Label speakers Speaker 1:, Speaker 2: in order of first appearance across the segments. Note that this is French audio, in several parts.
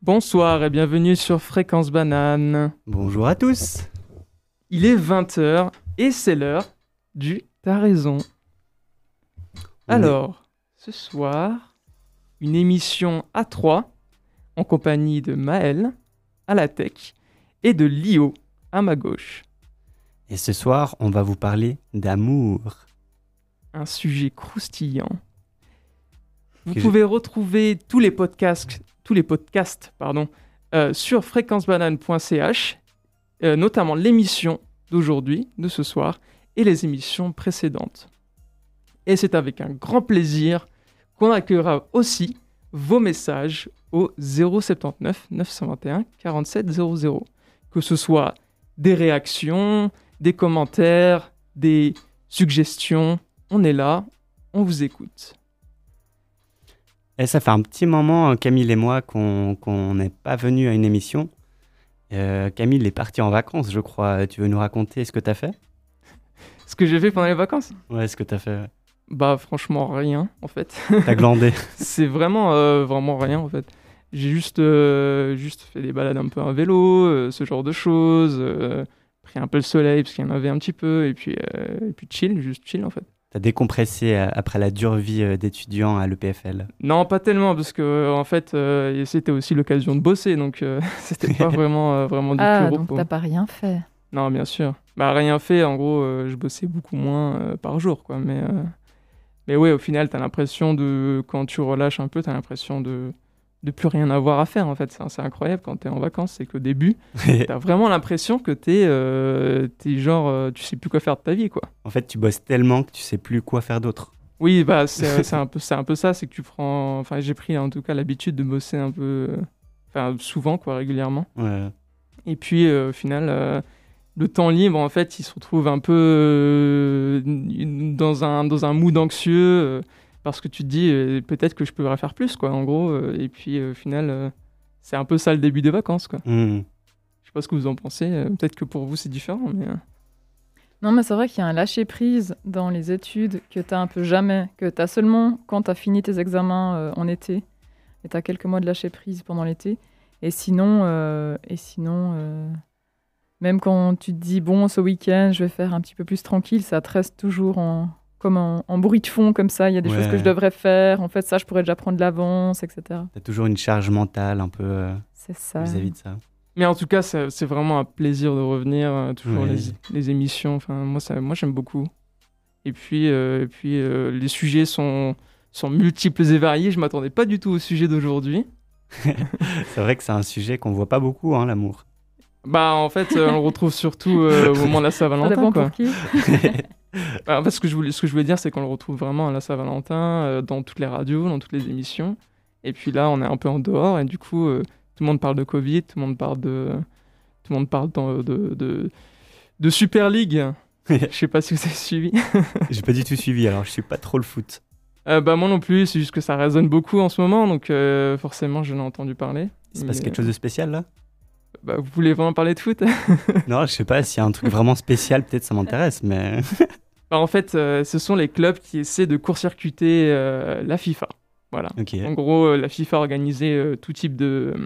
Speaker 1: Bonsoir et bienvenue sur Fréquence Banane.
Speaker 2: Bonjour à tous.
Speaker 1: Il est 20h et c'est l'heure du T'as raison. Alors, ce soir, une émission à 3 en compagnie de Maël à la tech et de Lio à ma gauche.
Speaker 2: Et ce soir, on va vous parler d'amour.
Speaker 1: Un sujet croustillant. Vous pouvez retrouver tous les podcasts sur fréquencebanane.ch, notamment l'émission d'aujourd'hui, de ce soir, et les émissions précédentes. Et c'est avec un grand plaisir qu'on accueillera aussi vos messages au 079 921 47 00. Que ce soit des réactions, des commentaires, des suggestions, on est là, on vous écoute.
Speaker 2: Et ça fait un petit moment, Camille et moi, qu'on n'est pas venus à une émission. Camille est partie en vacances, je crois. Tu veux nous raconter ce que tu as fait ?
Speaker 1: Ce que j'ai fait pendant les vacances ?
Speaker 2: Ouais, ce que tu as fait.
Speaker 1: Bah franchement rien en fait.
Speaker 2: T'as glandé.
Speaker 1: C'est vraiment rien en fait. J'ai juste fait des balades un peu à vélo, ce genre de choses, pris un peu le soleil parce qu'il y en avait un petit peu et puis chill en fait.
Speaker 2: T'as décompressé après la dure vie d'étudiant à l'EPFL.
Speaker 1: Non, pas tellement parce que en fait c'était aussi l'occasion de bosser donc c'était pas vraiment du pur repos.
Speaker 3: Donc t'as pas rien fait.
Speaker 1: Non, bien sûr. Bah rien fait, en gros je bossais beaucoup moins par jour quoi, mais ouais, au final, t'as l'impression quand tu relâches un peu, t'as l'impression de plus rien avoir à faire, en fait. C'est incroyable quand t'es en vacances, c'est qu'au début, t'as vraiment l'impression que t'es genre, tu sais plus quoi faire de ta vie, quoi.
Speaker 2: En fait, tu bosses tellement que tu sais plus quoi faire d'autre.
Speaker 1: Oui, bah c'est un peu ça, c'est que tu prends... Enfin, j'ai pris en tout cas l'habitude de bosser un peu... Enfin, souvent, quoi, régulièrement.
Speaker 2: Ouais.
Speaker 1: Et puis, au final... le temps libre, en fait, il se retrouve un peu dans un mood anxieux parce que tu te dis peut-être que je pourrais faire plus, quoi, en gros. Et puis, au final, c'est un peu ça le début des vacances, quoi. Je sais pas ce que vous en pensez. Peut-être que pour vous, c'est différent, mais...
Speaker 3: Non, mais c'est vrai qu'il y a un lâcher-prise dans les études que t'as un peu jamais, que t'as seulement quand t'as fini tes examens en été. Et t'as quelques mois de lâcher-prise pendant l'été. Et sinon... Même quand tu te dis, bon, ce week-end, je vais faire un petit peu plus tranquille, ça te reste toujours comme en bruit de fond, comme ça. Il y a des choses que je devrais faire. En fait, ça, je pourrais déjà prendre de l'avance, etc.
Speaker 2: T'as toujours une charge mentale un peu
Speaker 3: c'est ça.
Speaker 2: vis-à-vis de ça.
Speaker 1: Mais en tout cas, c'est vraiment un plaisir de revenir, toujours les émissions. Enfin, moi, j'aime beaucoup. Et puis, les sujets sont multiples et variés. Je ne m'attendais pas du tout au sujet d'aujourd'hui.
Speaker 2: C'est vrai que c'est un sujet qu'on ne voit pas beaucoup, hein, l'amour.
Speaker 1: Bah en fait, on le retrouve surtout au moment de la Saint-Valentin.
Speaker 3: Ça dépend
Speaker 1: quoi.
Speaker 3: pour qui.
Speaker 1: En fait, ce que je voulais dire, c'est qu'on le retrouve vraiment à la Saint-Valentin, dans toutes les radios, dans toutes les émissions. Et puis là, on est un peu en dehors, et du coup, tout le monde parle de Covid, tout le monde parle de Super League. Je sais pas si vous avez suivi.
Speaker 2: J'ai pas du tout suivi, alors je suis pas trop le foot.
Speaker 1: Bah moi non plus, c'est juste que ça résonne beaucoup en ce moment, donc forcément, je l'ai entendu parler.
Speaker 2: Il se passe quelque chose de spécial là ?
Speaker 1: Bah, vous voulez vraiment parler de foot ?
Speaker 2: Non, je sais pas, s'il y a un truc vraiment spécial, peut-être ça m'intéresse, mais...
Speaker 1: Bah, en fait, ce sont les clubs qui essaient de court-circuiter la FIFA. Voilà.
Speaker 2: Okay.
Speaker 1: En gros, la FIFA a organisé tout type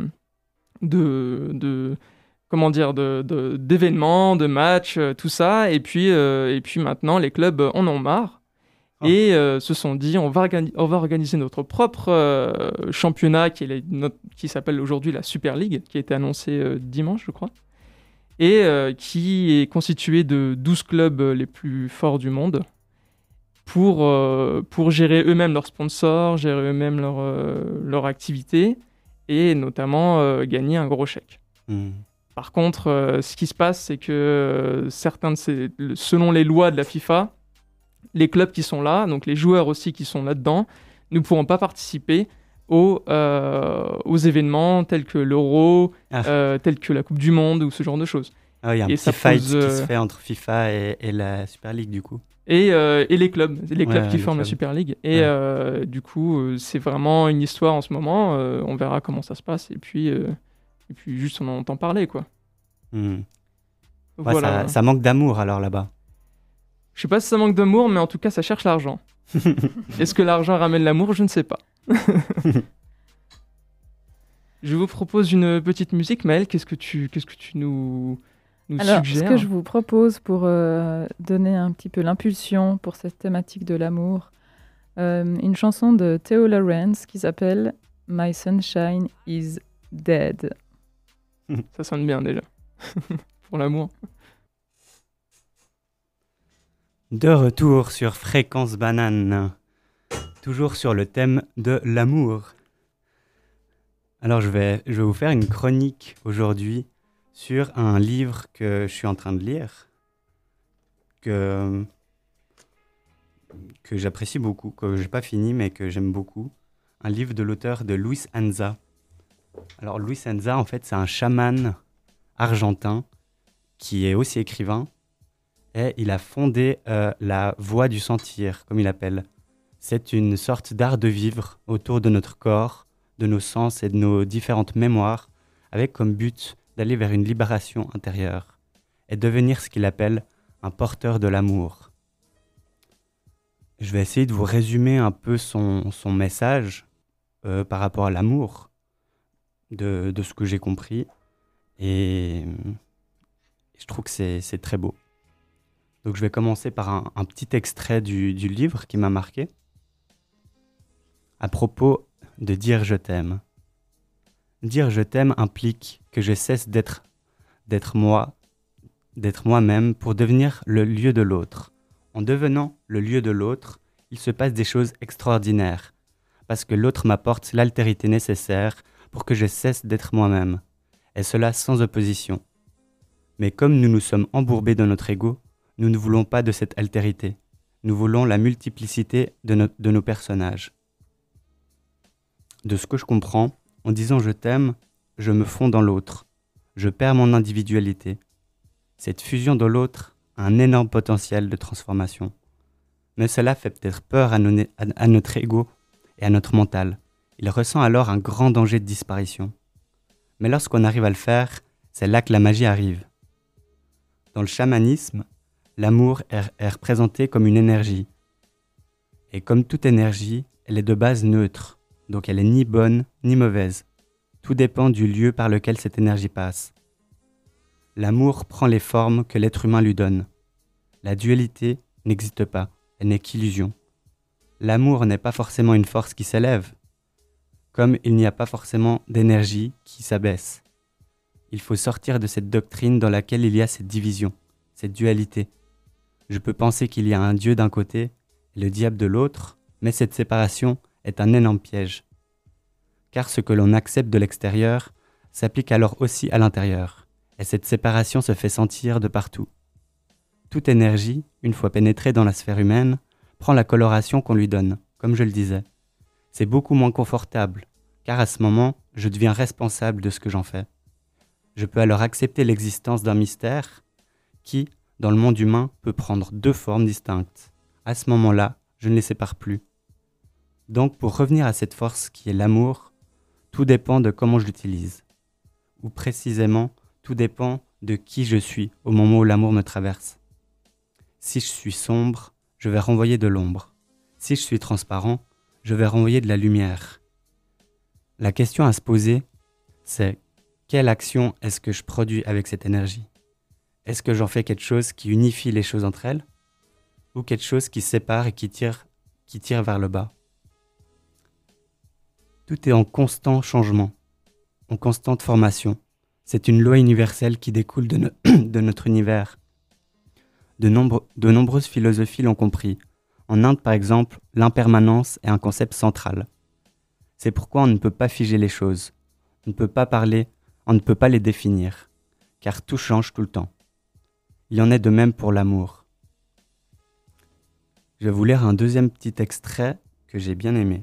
Speaker 1: d'événements, de matchs, tout ça. Et puis maintenant, les clubs en ont marre. Et se sont dit, on va organiser notre propre championnat qui s'appelle aujourd'hui la Super League, qui a été annoncé dimanche, je crois, et qui est constitué de 12 clubs les plus forts du monde pour gérer eux-mêmes leurs sponsors, gérer eux-mêmes leur activité et notamment gagner un gros chèque. Par contre, ce qui se passe, c'est que selon les lois de la FIFA, les clubs qui sont là, donc les joueurs aussi qui sont là-dedans, ne pourront pas participer aux événements tels que l'Euro, tels que la Coupe du Monde ou ce genre de choses.
Speaker 2: Ah, il y a un petit fight qui se fait entre FIFA et la Super League du coup.
Speaker 1: Et les clubs qui forment la Super League. Et du coup, c'est vraiment une histoire en ce moment. On verra comment ça se passe. Et puis juste on en entend parler, quoi.
Speaker 2: Voilà. Ça manque d'amour alors là-bas.
Speaker 1: Je sais pas si ça manque d'amour, mais en tout cas, ça cherche l'argent. Est-ce que l'argent ramène l'amour ? Je ne sais pas. Je vous propose une petite musique. Maëlle, qu'est-ce que tu nous
Speaker 3: Alors, ce
Speaker 1: suggères?
Speaker 3: que je vous propose pour donner un petit peu l'impulsion pour cette thématique de l'amour, une chanson de Theo Lawrence qui s'appelle My Sunshine is Dead.
Speaker 1: Ça sonne bien déjà. Pour l'amour.
Speaker 2: De retour sur Fréquence Banane, toujours sur le thème de l'amour. Alors je vais vous faire une chronique aujourd'hui sur un livre que je suis en train de lire, que j'apprécie beaucoup, que je n'ai pas fini mais que j'aime beaucoup. Un livre de l'auteur de Luis Anza. Alors Luis Anza, en fait, c'est un chaman argentin qui est aussi écrivain. Et il a fondé la Voie du Sentir, comme il appelle. C'est une sorte d'art de vivre autour de notre corps, de nos sens et de nos différentes mémoires, avec comme but d'aller vers une libération intérieure et devenir ce qu'il appelle un porteur de l'amour. Je vais essayer de vous résumer un peu son message par rapport à l'amour, de ce que j'ai compris, et je trouve que c'est très beau. Donc je vais commencer par un petit extrait du livre qui m'a marqué. À propos de dire je t'aime. Dire je t'aime implique que je cesse d'être moi-même pour devenir le lieu de l'autre. En devenant le lieu de l'autre, il se passe des choses extraordinaires, parce que l'autre m'apporte l'altérité nécessaire pour que je cesse d'être moi-même, et cela sans opposition. Mais comme nous nous sommes embourbés dans notre ego, nous ne voulons pas de cette altérité. Nous voulons la multiplicité de nos personnages. De ce que je comprends, en disant je t'aime, je me fonds dans l'autre. Je perds mon individualité. Cette fusion dans l'autre a un énorme potentiel de transformation. Mais cela fait peut-être peur à notre ego et à notre mental. Il ressent alors un grand danger de disparition. Mais lorsqu'on arrive à le faire, c'est là que la magie arrive. Dans le chamanisme, l'amour est représenté comme une énergie. Et comme toute énergie, elle est de base neutre, donc elle est ni bonne ni mauvaise. Tout dépend du lieu par lequel cette énergie passe. L'amour prend les formes que l'être humain lui donne. La dualité n'existe pas, elle n'est qu'illusion. L'amour n'est pas forcément une force qui s'élève, comme il n'y a pas forcément d'énergie qui s'abaisse. Il faut sortir de cette doctrine dans laquelle il y a cette division, cette dualité. Je peux penser qu'il y a un Dieu d'un côté et le diable de l'autre, mais cette séparation est un énorme piège. Car ce que l'on accepte de l'extérieur s'applique alors aussi à l'intérieur, et cette séparation se fait sentir de partout. Toute énergie, une fois pénétrée dans la sphère humaine, prend la coloration qu'on lui donne, comme je le disais. C'est beaucoup moins confortable, car à ce moment, je deviens responsable de ce que j'en fais. Je peux alors accepter l'existence d'un mystère qui, dans le monde humain, peut prendre deux formes distinctes. À ce moment-là, je ne les sépare plus. Donc, pour revenir à cette force qui est l'amour, tout dépend de comment je l'utilise. Ou précisément, tout dépend de qui je suis au moment où l'amour me traverse. Si je suis sombre, je vais renvoyer de l'ombre. Si je suis transparent, je vais renvoyer de la lumière. La question à se poser, c'est quelle action est-ce que je produis avec cette énergie ? Est-ce que j'en fais quelque chose qui unifie les choses entre elles ? Ou quelque chose qui sépare et qui tire vers le bas ? Tout est en constant changement, en constante formation. C'est une loi universelle qui découle de notre univers. De nombreuses philosophies l'ont compris. En Inde, par exemple, l'impermanence est un concept central. C'est pourquoi on ne peut pas figer les choses. On ne peut pas les définir, car tout change tout le temps. Il en est de même pour l'amour. Je vais vous lire un deuxième petit extrait que j'ai bien aimé.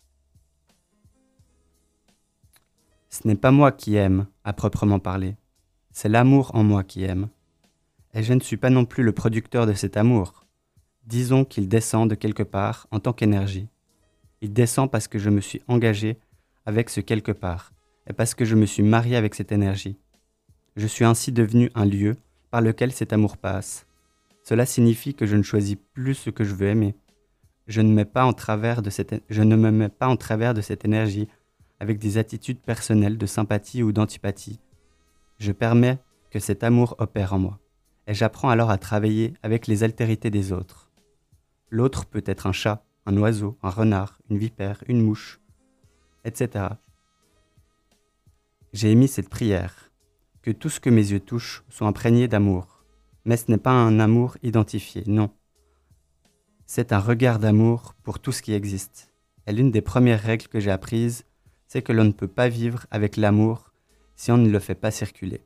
Speaker 2: Ce n'est pas moi qui aime, à proprement parler. C'est l'amour en moi qui aime. Et je ne suis pas non plus le producteur de cet amour. Disons qu'il descend de quelque part en tant qu'énergie. Il descend parce que je me suis engagé avec ce quelque part, et parce que je me suis marié avec cette énergie. Je suis ainsi devenu un lieu par lequel cet amour passe. Cela signifie que je ne choisis plus ce que je veux aimer. Je ne me mets pas en travers de cette énergie avec des attitudes personnelles de sympathie ou d'antipathie. Je permets que cet amour opère en moi, et j'apprends alors à travailler avec les altérités des autres. L'autre peut être un chat, un oiseau, un renard, une vipère, une mouche, etc. J'ai émis cette prière, que tout ce que mes yeux touchent soit imprégné d'amour. Mais ce n'est pas un amour identifié, non. C'est un regard d'amour pour tout ce qui existe. Et l'une des premières règles que j'ai apprises, c'est que l'on ne peut pas vivre avec l'amour si on ne le fait pas circuler.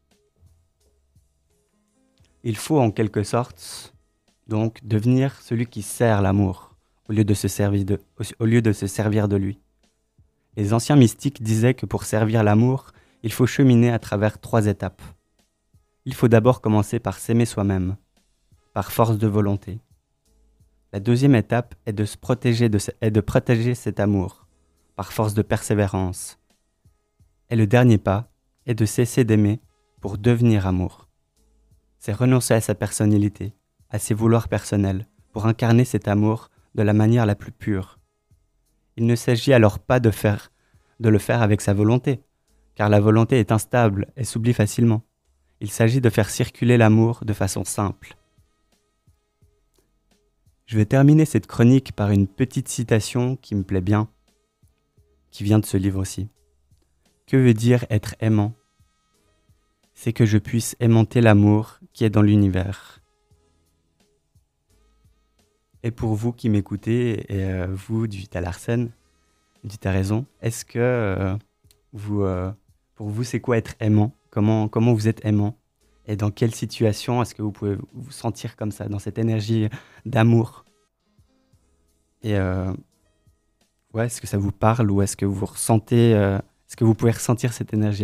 Speaker 2: Il faut en quelque sorte donc devenir celui qui sert l'amour au lieu de se servir de lui. Les anciens mystiques disaient que pour servir l'amour, il faut cheminer à travers 3 étapes. Il faut d'abord commencer par s'aimer soi-même, par force de volonté. La deuxième étape est de protéger cet amour, par force de persévérance. Et le dernier pas est de cesser d'aimer pour devenir amour. C'est renoncer à sa personnalité, à ses vouloirs personnels, pour incarner cet amour de la manière la plus pure. Il ne s'agit alors pas de le faire avec sa volonté, car la volonté est instable et s'oublie facilement. Il s'agit de faire circuler l'amour de façon simple. Je vais terminer cette chronique par une petite citation qui me plaît bien, qui vient de ce livre aussi. Que veut dire être aimant ? C'est que je puisse aimanter l'amour qui est dans l'univers. Et pour vous qui m'écoutez, et vous du Talarsen, du T'as raison, est-ce que pour vous c'est quoi être aimant ? Comment vous êtes aimant ? Et dans quelle situation est-ce que vous pouvez vous sentir comme ça, dans cette énergie d'amour ? Et est-ce que ça vous parle ou est-ce que vous ressentez, est-ce que vous pouvez ressentir cette énergie-là ?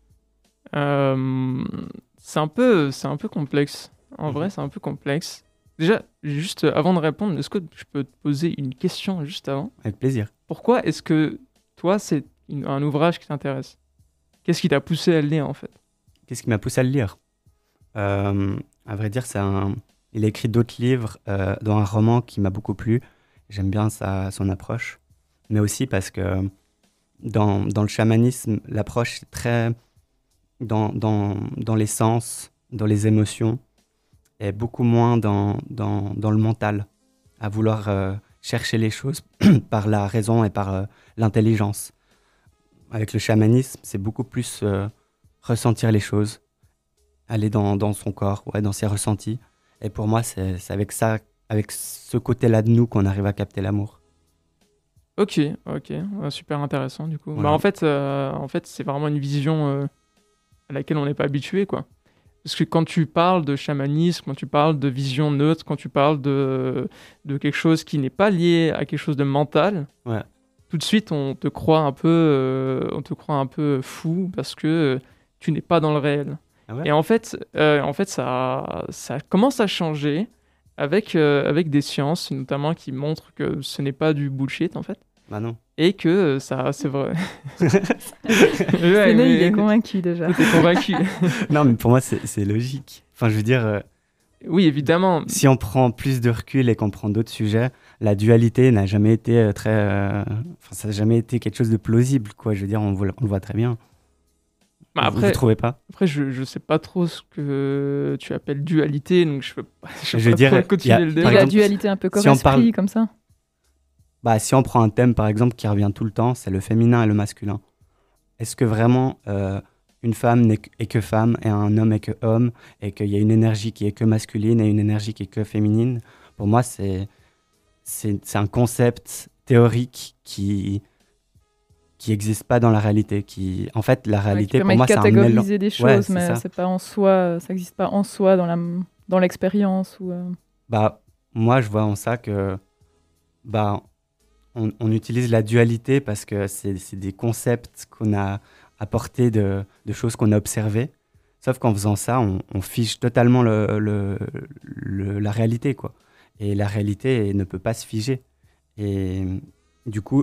Speaker 1: C'est un peu complexe. En vrai, c'est un peu complexe. Déjà, juste avant de répondre, est-ce que je peux te poser une question juste avant ?
Speaker 2: Avec plaisir.
Speaker 1: Pourquoi est-ce que toi, c'est un ouvrage qui t'intéresse ? Qu'est-ce qui t'a poussé à le lire en fait ?
Speaker 2: Qu'est-ce qui m'a poussé à le lire ? À vrai dire, il a écrit d'autres livres, dont un roman qui m'a beaucoup plu. J'aime bien son approche. Mais aussi parce que dans le chamanisme, l'approche est très dans les sens, dans les émotions, et beaucoup moins dans le mental, à vouloir chercher les choses par la raison et par l'intelligence. Avec le chamanisme, c'est beaucoup plus ressentir les choses, aller dans son corps, dans ses ressentis. Et pour moi, c'est avec ça, avec ce côté-là de nous qu'on arrive à capter l'amour.
Speaker 1: Ok, ouais, super intéressant du coup.
Speaker 2: Voilà.
Speaker 1: En fait, c'est vraiment une vision à laquelle on n'est pas habitué, quoi. Parce que quand tu parles de chamanisme, quand tu parles de vision neutre, quand tu parles de quelque chose qui n'est pas lié à quelque chose de mental,
Speaker 2: Ouais.
Speaker 1: tout de suite on te croit un peu fou parce que tu n'es pas dans le réel.
Speaker 2: Ah ouais.
Speaker 1: Et en fait, ça commence à changer avec des sciences, notamment qui montrent que ce n'est pas du bullshit en fait.
Speaker 2: Bah non.
Speaker 1: Et que ça, c'est vrai.
Speaker 3: Séné, il est convaincu déjà.
Speaker 1: T'es convaincu.
Speaker 2: Non, mais pour moi, c'est logique. Enfin, je veux dire,
Speaker 1: Oui, évidemment.
Speaker 2: si on prend plus de recul et qu'on prend d'autres sujets, la dualité n'a jamais été ça n'a jamais été quelque chose de plausible, quoi. Je veux dire, on le voit très bien.
Speaker 1: Bah
Speaker 2: Vous trouvez pas ?
Speaker 1: Après, je sais pas trop ce que tu appelles dualité, donc je peux pas
Speaker 2: dire,
Speaker 1: continuer le
Speaker 3: Et
Speaker 1: débat.
Speaker 2: Par
Speaker 3: la
Speaker 2: exemple,
Speaker 3: dualité un peu
Speaker 2: si on
Speaker 3: corps-esprit,
Speaker 2: parle-
Speaker 3: comme ça.
Speaker 2: Bah, si on prend un thème, par exemple, qui revient tout le temps, c'est le féminin et le masculin. Est-ce que vraiment une femme est que femme et un homme est que homme et qu'il y a une énergie qui est que masculine et une énergie qui est que féminine ? Pour moi, c'est un concept théorique qui n'existe pas dans la réalité. En fait, la réalité,
Speaker 3: qui
Speaker 2: pour moi, c'est un mélange.
Speaker 3: catégoriser des choses,
Speaker 2: Ouais, c'est
Speaker 3: mais
Speaker 2: ça.
Speaker 3: c'est pas en soi, ça n'existe pas en soi dans l'expérience.
Speaker 2: Bah, moi, je vois en ça que on utilise la dualité parce que c'est des concepts qu'on a apportés de choses qu'on a observées. Sauf qu'en faisant ça, on fige totalement la réalité, quoi. Et la réalité ne peut pas se figer. Et du coup,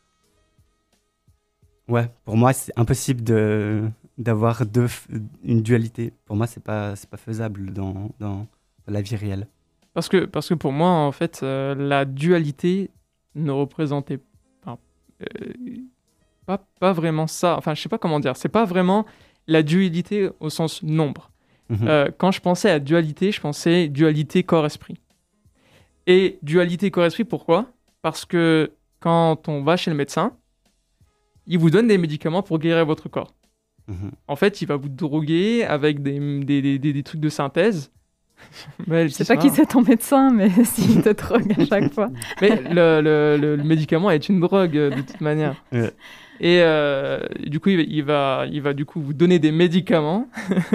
Speaker 2: ouais, pour moi, c'est impossible d'avoir une dualité. Pour moi, c'est pas faisable dans la vie réelle.
Speaker 1: Parce que pour moi, en fait, la dualité ne représentait pas. pas vraiment ça. Enfin, je sais pas comment dire. C'est pas vraiment la dualité au sens nombre. Quand je pensais à dualité, je pensais dualité corps-esprit. Et dualité corps-esprit, pourquoi? Parce que quand on va chez le médecin, il vous donne des médicaments pour guérir votre corps. En fait, il va vous droguer avec des trucs de synthèse.
Speaker 3: Je sais pas qui c'est ton médecin, mais s'il te drogue à chaque fois.
Speaker 1: Mais le médicament est une drogue de toute manière.
Speaker 2: Ouais.
Speaker 1: Et du coup, il va du coup vous donner des médicaments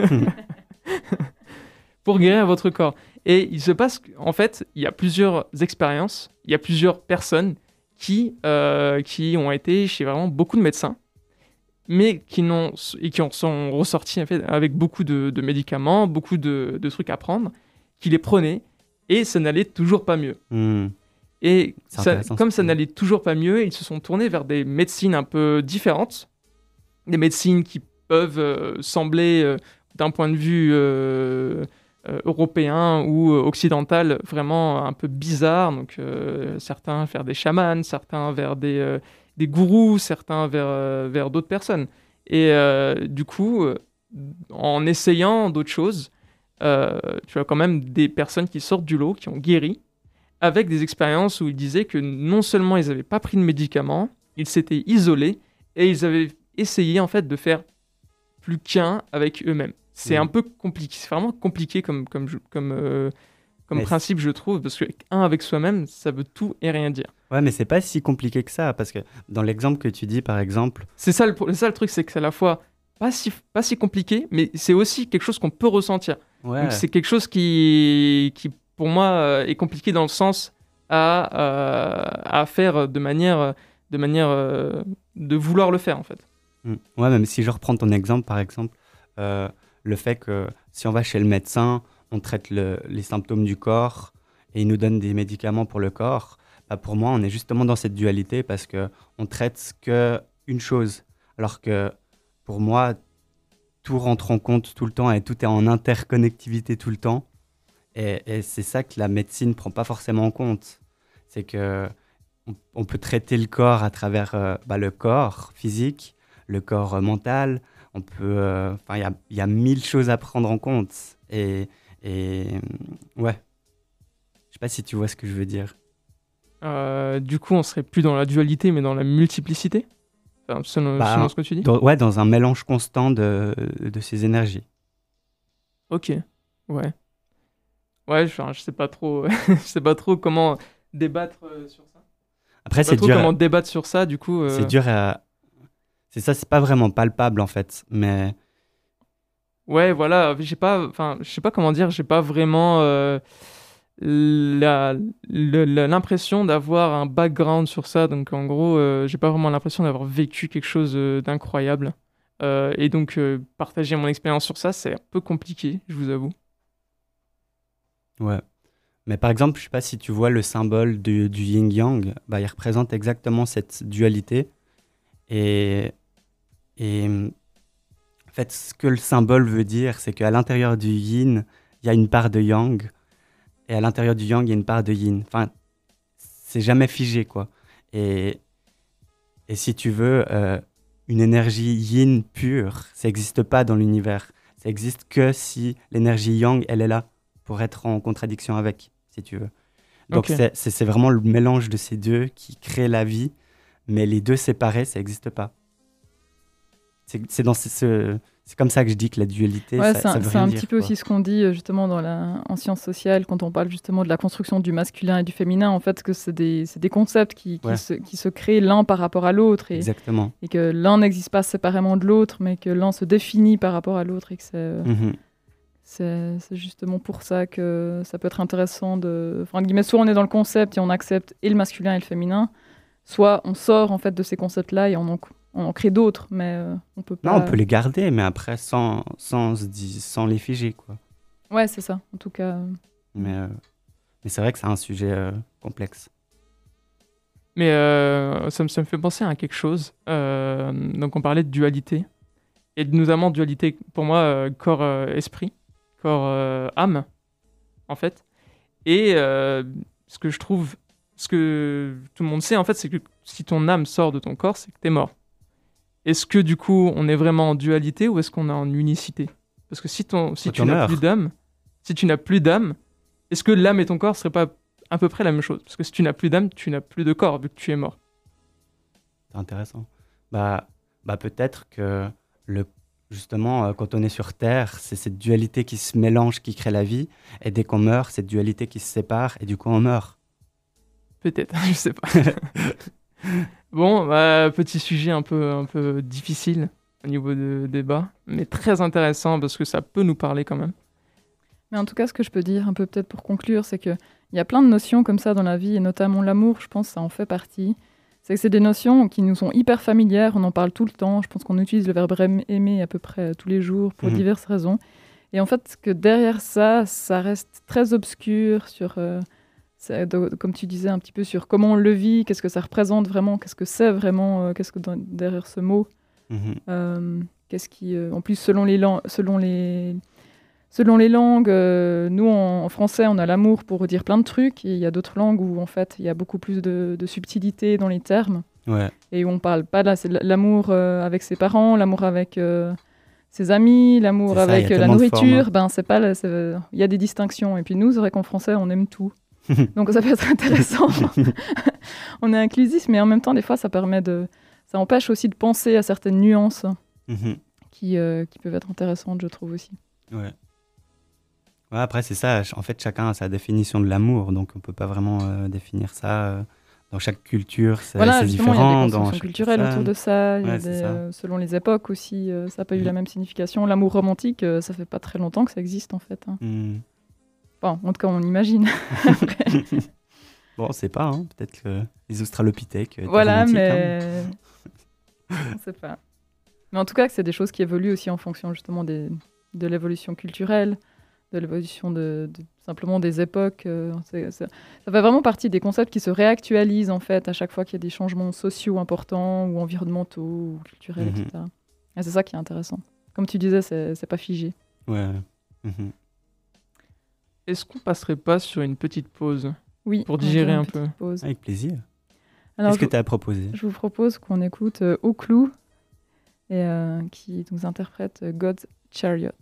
Speaker 1: pour guérir votre corps. Et il se passe qu'en fait, il y a plusieurs expériences, il y a plusieurs personnes qui ont été chez vraiment beaucoup de médecins, mais qui en sont ressortis en fait, avec beaucoup de médicaments, beaucoup de trucs à prendre, qui les prenaient, et ça n'allait toujours pas mieux. Et comme ça n'allait toujours pas mieux, ils se sont tournés vers des médecines un peu différentes, des médecines qui peuvent sembler, d'un point de vue européen ou occidental, vraiment un peu bizarres. Donc certains vers des chamans, certains vers des gourous, certains vers d'autres personnes. Et du coup, en essayant d'autres choses, tu as quand même des personnes qui sortent du lot, qui ont guéri, avec des expériences où ils disaient que non seulement ils n'avaient pas pris de médicaments, ils s'étaient isolés et ils avaient essayé en fait de faire plus qu'un avec eux-mêmes. C'est un peu compliqué, c'est vraiment compliqué comme principe, je trouve, parce que un avec soi-même, ça veut tout et rien dire.
Speaker 2: Ouais, mais c'est pas si compliqué que ça, parce que dans l'exemple que tu dis, par exemple...
Speaker 1: C'est ça le truc, c'est que c'est à la fois pas si compliqué, mais c'est aussi quelque chose qu'on peut ressentir.
Speaker 2: Ouais.
Speaker 1: Donc c'est quelque chose qui pour moi, est compliqué dans le sens à faire de manière de vouloir le faire, en fait.
Speaker 2: Ouais, même si je reprends ton exemple, par exemple, le fait que si on va chez le médecin, on traite les symptômes du corps et il nous donne des médicaments pour le corps, bah pour moi, on est justement dans cette dualité parce qu'on traite qu'une chose. Alors que pour moi, tout rentre en compte tout le temps et tout est en interconnectivité tout le temps. Et c'est ça que la médecine ne prend pas forcément en compte. C'est qu'on peut traiter le corps à travers le corps physique, le corps mental. On peut, il y a 1000 choses à prendre en compte. Et ouais, je sais pas si tu vois ce que je veux dire.
Speaker 1: Du coup, on serait plus dans la dualité, mais dans la multiplicité, enfin, selon ce que tu dis.
Speaker 2: Dans un mélange constant de ces énergies.
Speaker 1: Ok, ouais. Ouais, je sais pas trop, je sais pas trop comment débattre sur ça.
Speaker 2: Après, c'est dur.
Speaker 1: Comment débattre sur ça, du coup.
Speaker 2: C'est dur à. C'est ça, c'est pas vraiment palpable en fait, mais.
Speaker 1: Ouais, voilà, je sais pas comment dire, j'ai pas vraiment l'impression d'avoir un background sur ça, donc en gros, j'ai pas vraiment l'impression d'avoir vécu quelque chose d'incroyable. Et donc, partager mon expérience sur ça, c'est un peu compliqué, je vous avoue.
Speaker 2: Ouais. Mais par exemple, je sais pas si tu vois le symbole du yin-yang, bah, il représente exactement cette dualité. Et en fait, ce que le symbole veut dire, c'est qu'à l'intérieur du yin, il y a une part de yang. Et à l'intérieur du yang, il y a une part de yin. Enfin, c'est jamais figé, quoi. Et si tu veux, une énergie yin pure, ça n'existe pas dans l'univers. Ça existe que si l'énergie yang, elle est là, pour être en contradiction avec, si tu veux. Donc okay. c'est vraiment le mélange de ces deux qui crée la vie, mais les deux séparés, ça n'existe pas. C'est comme ça que je dis que la dualité,
Speaker 3: ouais,
Speaker 2: ça veut rien dire.
Speaker 3: C'est un petit peu aussi ce qu'on dit justement en sciences sociales, quand on parle justement de la construction du masculin et du féminin, en fait, que c'est des concepts qui se créent l'un par rapport à l'autre.
Speaker 2: Exactement.
Speaker 3: Et que l'un n'existe pas séparément de l'autre, mais que l'un se définit par rapport à l'autre et que c'est justement pour ça que ça peut être intéressant de... Enfin, soit on est dans le concept et on accepte et le masculin et le féminin, soit on sort en fait de ces concepts-là et on en crée d'autres, mais on peut pas...
Speaker 2: Non, on peut les garder, mais après sans les figer, quoi.
Speaker 3: Ouais, c'est ça, en tout cas.
Speaker 2: Mais c'est vrai que c'est un sujet complexe.
Speaker 1: Mais ça me fait penser à quelque chose. Donc on parlait de dualité, et notamment dualité, pour moi, corps-esprit. Corps-âme, en fait. Et ce que je trouve, ce que tout le monde sait, en fait, c'est que si ton âme sort de ton corps, c'est que t'es mort. est-ce que du coup on est vraiment en dualité ou est-ce qu'on est en unicité? Parce que si tu n'as plus d'âme, est-ce que l'âme et ton corps seraient pas à peu près la même chose? Parce que si tu n'as plus d'âme, tu n'as plus de corps vu que tu es mort.
Speaker 2: C'est intéressant. Bah peut-être que justement, quand on est sur Terre, c'est cette dualité qui se mélange qui crée la vie, et dès qu'on meurt, cette dualité qui se sépare, et du coup on meurt.
Speaker 1: Peut-être, je sais pas. Bon, petit sujet un peu difficile au niveau de débat, mais très intéressant parce que ça peut nous parler quand même.
Speaker 3: Mais en tout cas, ce que je peux dire un peu peut-être pour conclure, c'est qu'il y a plein de notions comme ça dans la vie, et notamment l'amour, je pense que ça en fait partie. C'est que c'est des notions qui nous sont hyper familières, on en parle tout le temps, je pense qu'on utilise le verbe aimer à peu près tous les jours pour diverses raisons. Et en fait, que derrière ça reste très obscur sur, comme tu disais, un petit peu sur comment on le vit, qu'est-ce que ça représente vraiment, qu'est-ce que c'est vraiment, qu'est-ce que derrière ce mot. Qu'est-ce qui, en plus, selon les langues, nous en français, on a l'amour pour dire plein de trucs. Et il y a d'autres langues où en fait, il y a beaucoup plus de subtilité dans les termes.
Speaker 2: Ouais.
Speaker 3: Et où on parle pas là, c'est l'amour avec ses parents, l'amour avec ses amis, l'amour avec la nourriture. Ben c'est pas, il y a des distinctions. Et puis nous, c'est vrai qu'en français, on aime tout. Donc ça peut être intéressant. On est inclusif, mais en même temps, des fois, ça empêche aussi de penser à certaines nuances qui peuvent être intéressantes, je trouve aussi.
Speaker 2: Ouais. Ouais, après, c'est ça. En fait, chacun a sa définition de l'amour, donc on ne peut pas vraiment définir ça. Dans chaque culture, c'est différent.
Speaker 3: Il y a des constructions culturelles autour de ça. Selon les époques aussi, ça n'a pas eu la même signification. L'amour romantique, ça fait pas très longtemps que ça existe, en fait. Bon, en tout cas, on imagine.
Speaker 2: Bon, on ne sait pas. Hein. Peut-être que les Australopithèques étaient
Speaker 3: romantiques,
Speaker 2: mais...
Speaker 3: on ne sait pas. Mais en tout cas, c'est des choses qui évoluent aussi en fonction justement de l'évolution culturelle, de l'évolution simplement des époques. Ça fait vraiment partie des concepts qui se réactualisent en fait à chaque fois qu'il y a des changements sociaux importants ou environnementaux ou culturels, etc. Et c'est ça qui est intéressant. Comme tu disais, c'est pas figé.
Speaker 2: Ouais.
Speaker 1: Est-ce qu'on passerait pas sur une petite pause?
Speaker 3: Oui.
Speaker 1: Pour digérer un peu.
Speaker 3: Pause.
Speaker 2: Avec plaisir.
Speaker 3: Alors,
Speaker 2: qu'est-ce que tu as proposé?
Speaker 3: Je vous propose qu'on écoute Oclou et qui nous interprète God's Chariot.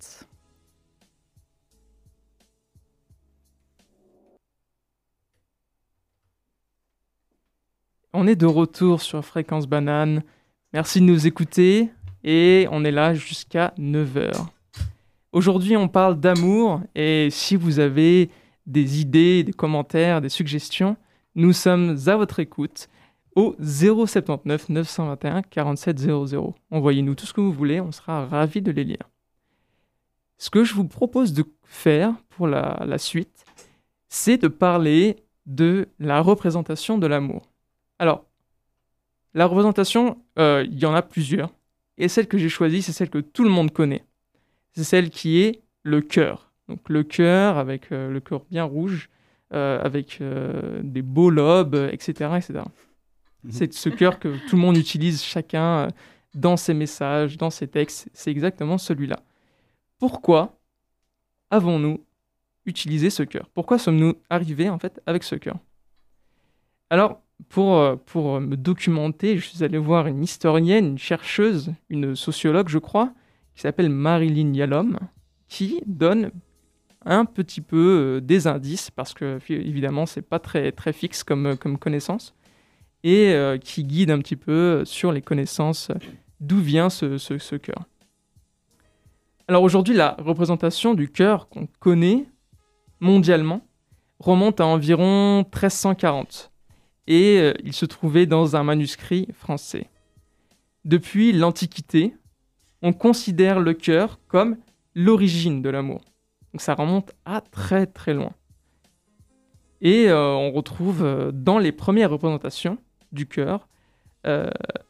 Speaker 1: On est de retour sur Fréquence Banane. Merci de nous écouter et on est là jusqu'à 9h. Aujourd'hui, on parle d'amour et si vous avez des idées, des commentaires, des suggestions, nous sommes à votre écoute au 079 921 47 00. Envoyez-nous tout ce que vous voulez, on sera ravis de les lire. Ce que je vous propose de faire pour la suite, c'est de parler de la représentation de l'amour. Alors, la représentation, il y en a plusieurs. Et celle que j'ai choisie, c'est celle que tout le monde connaît. C'est celle qui est le cœur. Donc le cœur, avec le cœur bien rouge, avec des beaux lobes, etc. etc. C'est ce cœur que tout le monde utilise, chacun, dans ses messages, dans ses textes. C'est exactement celui-là. Pourquoi avons-nous utilisé ce cœur? Pourquoi sommes-nous arrivés, en fait, avec ce cœur? Alors, pour me documenter, je suis allé voir une historienne, une chercheuse, une sociologue, je crois, qui s'appelle Marilyn Yalom, qui donne un petit peu des indices, parce que, évidemment, c'est pas très, très fixe comme connaissance, et qui guide un petit peu sur les connaissances d'où vient ce cœur. Alors aujourd'hui, la représentation du cœur qu'on connaît mondialement remonte à environ 1340. Et il se trouvait dans un manuscrit français. Depuis l'Antiquité, on considère le cœur comme l'origine de l'amour. Donc ça remonte à très très loin. Et on retrouve dans les premières représentations du cœur, avant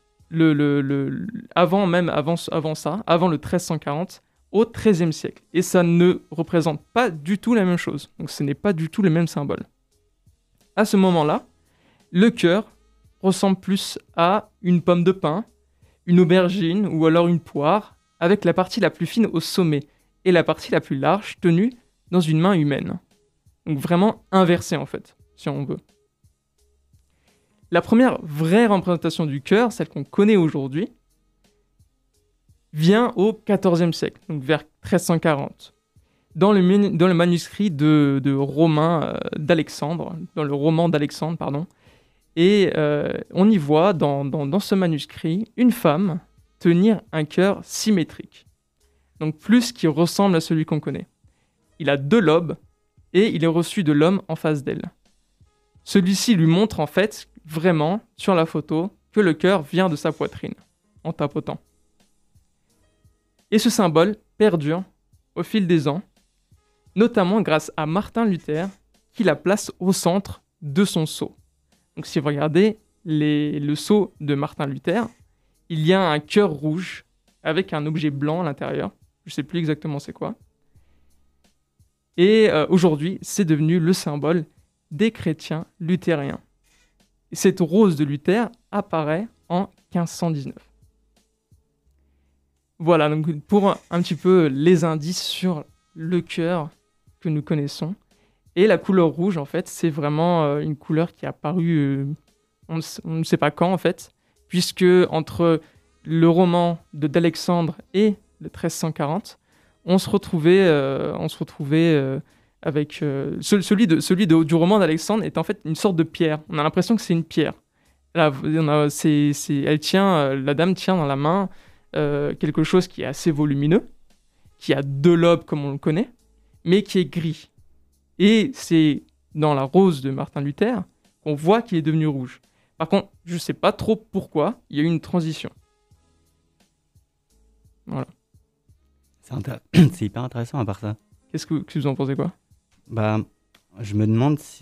Speaker 1: ça, avant le 1340, au XIIIe siècle. Et ça ne représente pas du tout la même chose. Donc ce n'est pas du tout le même symbole. À ce moment-là, le cœur ressemble plus à une pomme de pin, une aubergine ou alors une poire, avec la partie la plus fine au sommet et la partie la plus large tenue dans une main humaine. Donc vraiment inversé en fait, si on veut. La première vraie représentation du cœur, celle qu'on connaît aujourd'hui, vient au XIVe siècle, donc vers 1340, dans le manuscrit de Romain d'Alexandre, dans le roman d'Alexandre, pardon. Et on y voit dans ce manuscrit une femme tenir un cœur symétrique, donc plus qui ressemble à celui qu'on connaît. Il a 2 lobes et il est reçu de l'homme en face d'elle. Celui-ci lui montre en fait vraiment sur la photo que le cœur vient de sa poitrine, en tapotant. Et ce symbole perdure au fil des ans, notamment grâce à Martin Luther, qui la place au centre de son sceau. Donc si vous regardez le sceau de Martin Luther, il y a un cœur rouge avec un objet blanc à l'intérieur. Je ne sais plus exactement c'est quoi. Et aujourd'hui, c'est devenu le symbole des chrétiens luthériens. Et cette rose de Luther apparaît en 1519. Voilà, donc pour un petit peu les indices sur le cœur que nous connaissons. Et la couleur rouge, en fait, c'est vraiment une couleur qui est apparue, on ne sait pas quand, en fait, puisque entre le roman d'Alexandre et le 1340, on se retrouvait avec... celui du roman d'Alexandre est en fait une sorte de pierre. On a l'impression que c'est une pierre. Là, la dame tient dans la main quelque chose qui est assez volumineux, qui a 2 lobes comme on le connaît, mais qui est gris. Et c'est dans la rose de Martin Luther qu'on voit qu'il est devenu rouge. Par contre, je ne sais pas trop pourquoi, il y a eu une transition. Voilà.
Speaker 2: C'est hyper intéressant à part ça.
Speaker 1: Qu'est-ce que vous en pensez quoi?
Speaker 2: Bah, je me demande si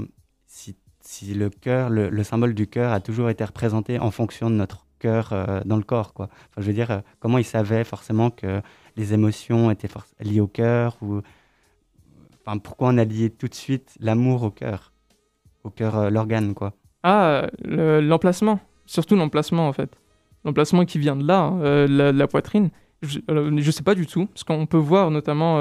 Speaker 2: le cœur, le symbole du cœur a toujours été représenté en fonction de notre cœur dans le corps, quoi. Enfin, je veux dire, comment ils savaient forcément que les émotions étaient liées au cœur ou... Enfin, pourquoi on a lié tout de suite l'amour au cœur, l'organe, quoi.
Speaker 1: Ah, l'emplacement. Surtout l'emplacement, en fait. L'emplacement qui vient de là, hein, la poitrine. Je sais pas du tout, parce qu'on peut voir notamment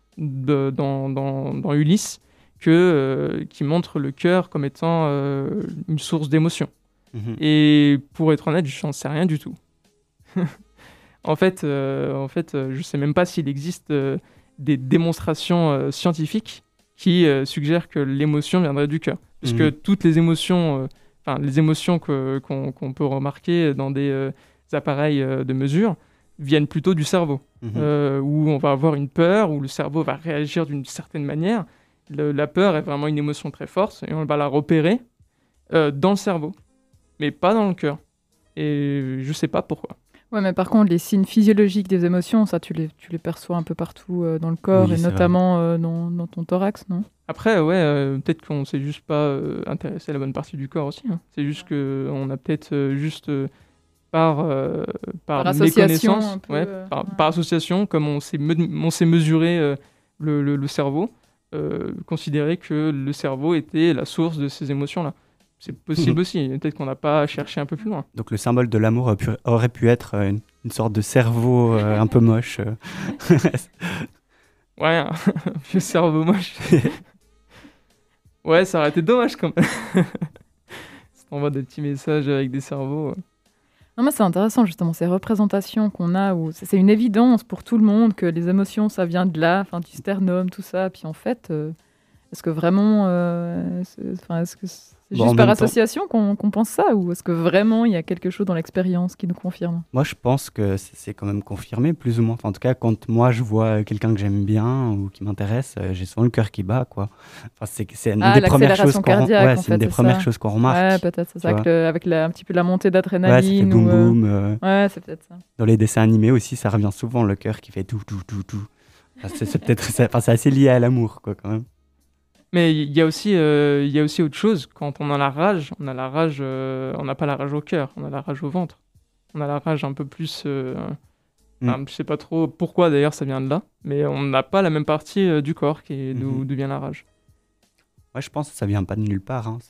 Speaker 1: dans Ulysse qui montre le cœur comme étant une source d'émotion. Et pour être honnête, je n'en sais rien du tout. En fait, je sais même pas s'il existe des démonstrations scientifiques qui suggèrent que l'émotion viendrait du cœur. Puisque toutes les émotions, les émotions qu'on peut remarquer dans des appareils de mesure viennent plutôt du cerveau, où on va avoir une peur, où le cerveau va réagir d'une certaine manière. La peur est vraiment une émotion très forte et on va la repérer dans le cerveau, mais pas dans le cœur. Et je sais pas pourquoi.
Speaker 3: Ouais, mais par contre, les signes physiologiques des émotions, ça, tu les perçois un peu partout dans le corps, et notamment dans ton thorax, non?
Speaker 1: Après, peut-être qu'on ne s'est juste pas intéressé à la bonne partie du corps aussi. Hein. C'est juste qu'on a peut-être par méconnaissance, par association, comme on s'est mesuré le cerveau, considérer que le cerveau était la source de ces émotions-là. C'est possible aussi, peut-être qu'on n'a pas cherché un peu plus loin.
Speaker 2: Donc le symbole de l'amour aurait pu être une sorte de cerveau un peu moche.
Speaker 1: Ouais, un vieux cerveau moche. Ouais, ça aurait été dommage quand même. Ça envoie des petits messages avec des cerveaux.
Speaker 3: Non, mais c'est intéressant justement, ces représentations qu'on a, où c'est une évidence pour tout le monde que les émotions, ça vient de là, du sternum, tout ça. Puis en fait, est-ce que vraiment... est-ce que c'est juste par association qu'on pense ça, ou est-ce que vraiment il y a quelque chose dans l'expérience qui nous confirme?
Speaker 2: Moi, je pense que c'est quand même confirmé, plus ou moins. Enfin, en tout cas, quand moi je vois quelqu'un que j'aime bien ou qui m'intéresse, j'ai souvent le cœur qui bat, quoi. Enfin, c'est une des premières choses c'est une des premières choses qu'on remarque.
Speaker 3: Ouais, peut-être c'est ça, avec un petit peu la montée d'adrénaline.
Speaker 2: Ouais, ça fait boum boum.
Speaker 3: Ouais, c'est peut-être ça.
Speaker 2: Dans les dessins animés aussi, ça revient souvent, le cœur qui fait tout. Enfin, c'est peut-être, c'est assez lié à l'amour, quoi, quand même.
Speaker 1: Mais il y a aussi autre chose. Quand on a la rage, on n'a pas la rage au cœur, on a la rage au ventre. On a la rage un peu plus... je sais pas trop pourquoi d'ailleurs ça vient de là, mais on n'a pas la même partie du corps d'où vient la rage.
Speaker 2: Ouais, je pense que ça vient pas de nulle part. Hein.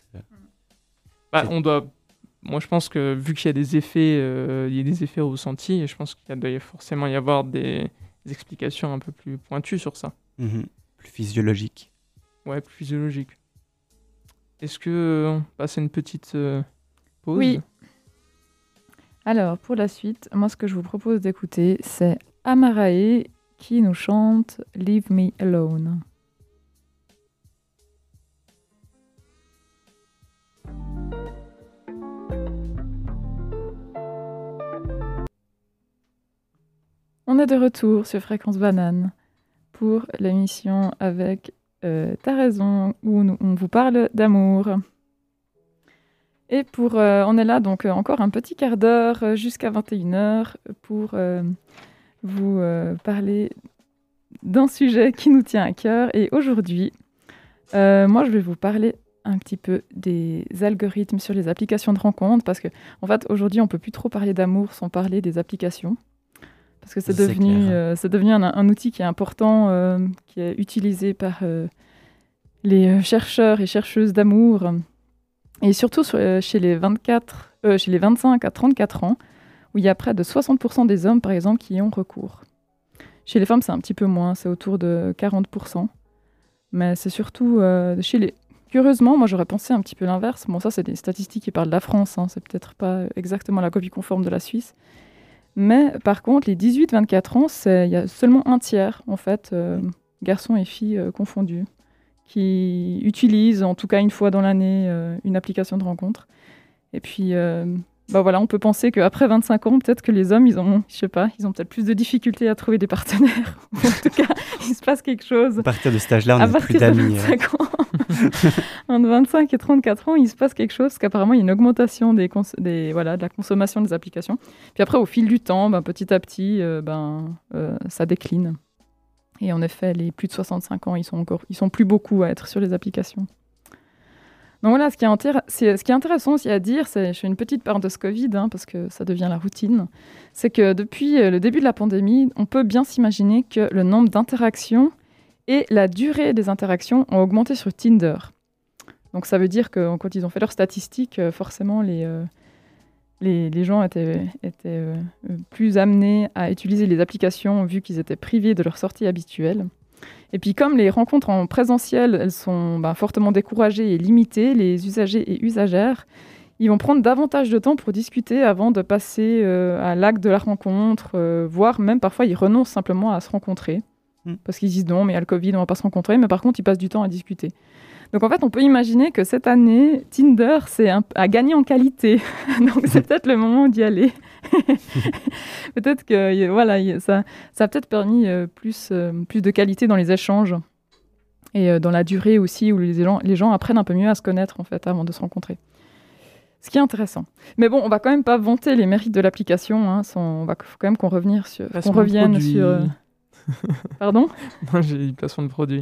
Speaker 1: Moi, je pense que vu qu'il y a des effets ressentis, je pense qu'il doit forcément y avoir des explications un peu plus pointues sur ça.
Speaker 2: Plus physiologique.
Speaker 1: Ouais, plus physiologique. Est-ce que on passe à une petite pause?
Speaker 3: Oui. Alors, pour la suite, moi, ce que je vous propose d'écouter, c'est Amarae qui nous chante Leave Me Alone. On est de retour sur Fréquence Banane pour l'émission avec T'as raison, où on vous parle d'amour. Et on est là donc encore un petit quart d'heure jusqu'à 21h pour vous parler d'un sujet qui nous tient à cœur. Et aujourd'hui, moi je vais vous parler un petit peu des algorithmes sur les applications de rencontres parce que en fait aujourd'hui on peut plus trop parler d'amour sans parler des applications. Parce que c'est devenu un outil qui est important, qui est utilisé par les chercheurs et chercheuses d'amour, et surtout chez les 25 à 34 ans, où il y a près de 60% des hommes, par exemple, qui y ont recours. Chez les femmes, c'est un petit peu moins, c'est autour de 40%. Mais c'est surtout chez les... Curieusement, moi j'aurais pensé un petit peu l'inverse. Bon, ça, c'est des statistiques qui parlent de la France, hein, c'est peut-être pas exactement la copie conforme de la Suisse. Mais par contre, les 18-24 ans, il y a seulement un tiers, en fait, garçons et filles confondus, qui utilisent, en tout cas une fois dans l'année, une application de rencontre. Et puis, voilà, on peut penser qu'après 25 ans, peut-être que les hommes, ils ont peut-être plus de difficultés à trouver des partenaires. En tout cas, il se passe quelque chose.
Speaker 2: À partir de cet âge-là, on n'a plus d'amis.
Speaker 3: Entre 25 et 34 ans, il se passe quelque chose, parce qu'apparemment, il y a une augmentation de la consommation des applications. Puis après, au fil du temps, petit à petit, ça décline. Et en effet, les plus de 65 ans, ils sont plus beaucoup à être sur les applications. Donc voilà, ce qui est intéressant aussi à dire, je fais une petite parenthèse Covid, parce que ça devient la routine, c'est que depuis le début de la pandémie, on peut bien s'imaginer que le nombre d'interactions et la durée des interactions ont augmenté sur Tinder. Donc ça veut dire que quand ils ont fait leurs statistiques, forcément les gens étaient plus amenés à utiliser les applications vu qu'ils étaient privés de leur sortie habituelle. Et puis comme les rencontres en présentiel, elles sont fortement découragées et limitées, les usagers et usagères, ils vont prendre davantage de temps pour discuter avant de passer à l'acte de la rencontre, voire même parfois ils renoncent simplement à se rencontrer. Parce qu'ils disent non, mais il y a le Covid, on va pas se rencontrer, mais par contre ils passent du temps à discuter. Donc en fait, on peut imaginer que cette année, Tinder a gagné en qualité. Donc c'est peut-être le moment d'y aller. Peut-être que ça a peut-être permis plus de qualité dans les échanges et dans la durée aussi, où les gens apprennent un peu mieux à se connaître en fait avant de se rencontrer. Ce qui est intéressant. Mais bon, on va quand même pas vanter les mérites de l'application. Faut quand même qu'on revienne sur. Pardon ?
Speaker 1: Moi, j'ai eu placement de produit.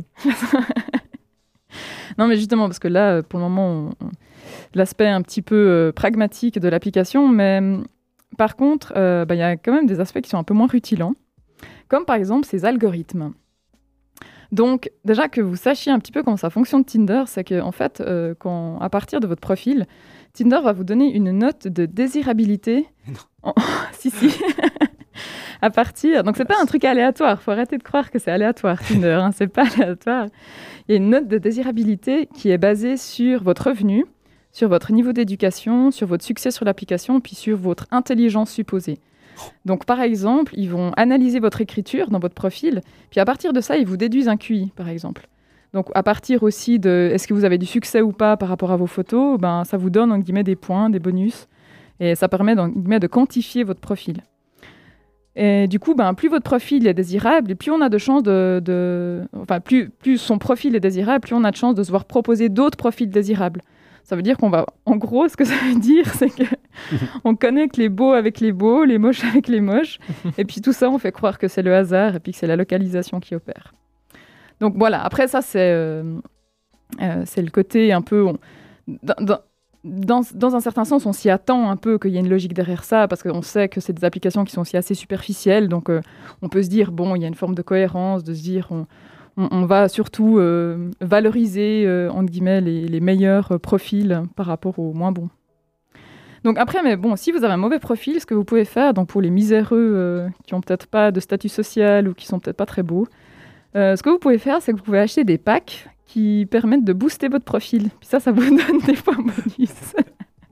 Speaker 3: Non, mais justement, parce que là, pour le moment, l'aspect un petit peu pragmatique de l'application, mais par contre, y a quand même des aspects qui sont un peu moins rutilants, comme par exemple ces algorithmes. Donc, déjà que vous sachiez un petit peu comment ça fonctionne Tinder, c'est qu'en fait, à partir de votre profil, Tinder va vous donner une note de désirabilité. Si. À partir... Donc, c'est pas un truc aléatoire. Faut arrêter de croire que c'est aléatoire, Tinder. C'est pas aléatoire. Il y a une note de désirabilité qui est basée sur votre revenu, sur votre niveau d'éducation, sur votre succès sur l'application, puis sur votre intelligence supposée. Donc, par exemple, ils vont analyser votre écriture dans votre profil, puis à partir de ça, ils vous déduisent un QI, par exemple. Donc, à partir aussi de est-ce que vous avez du succès ou pas par rapport à vos photos, ça vous donne, en guillemets, des points, des bonus, et ça permet, en guillemets, de quantifier votre profil. Et du coup, plus votre profil est désirable, et plus on a de chances plus son profil est désirable, plus on a de chances de se voir proposer d'autres profils désirables. Ça veut dire en gros, ce que ça veut dire, c'est que on connecte les beaux avec les beaux, les moches avec les moches, et puis tout ça, on fait croire que c'est le hasard, et puis que c'est la localisation qui opère. Donc voilà, après ça, c'est le côté un peu... Dans un certain sens, on s'y attend un peu qu'il y ait une logique derrière ça, parce qu'on sait que c'est des applications qui sont aussi assez superficielles, donc on peut se dire, il y a une forme de cohérence, de se dire, on va surtout valoriser, entre guillemets, les meilleurs profils par rapport aux moins bons. Donc après, si vous avez un mauvais profil, ce que vous pouvez faire, donc pour les miséreux qui n'ont peut-être pas de statut social ou qui sont peut-être pas très beaux, ce que vous pouvez faire, c'est que vous pouvez acheter des packs qui permettent de booster votre profil. Puis ça vous donne des points bonus.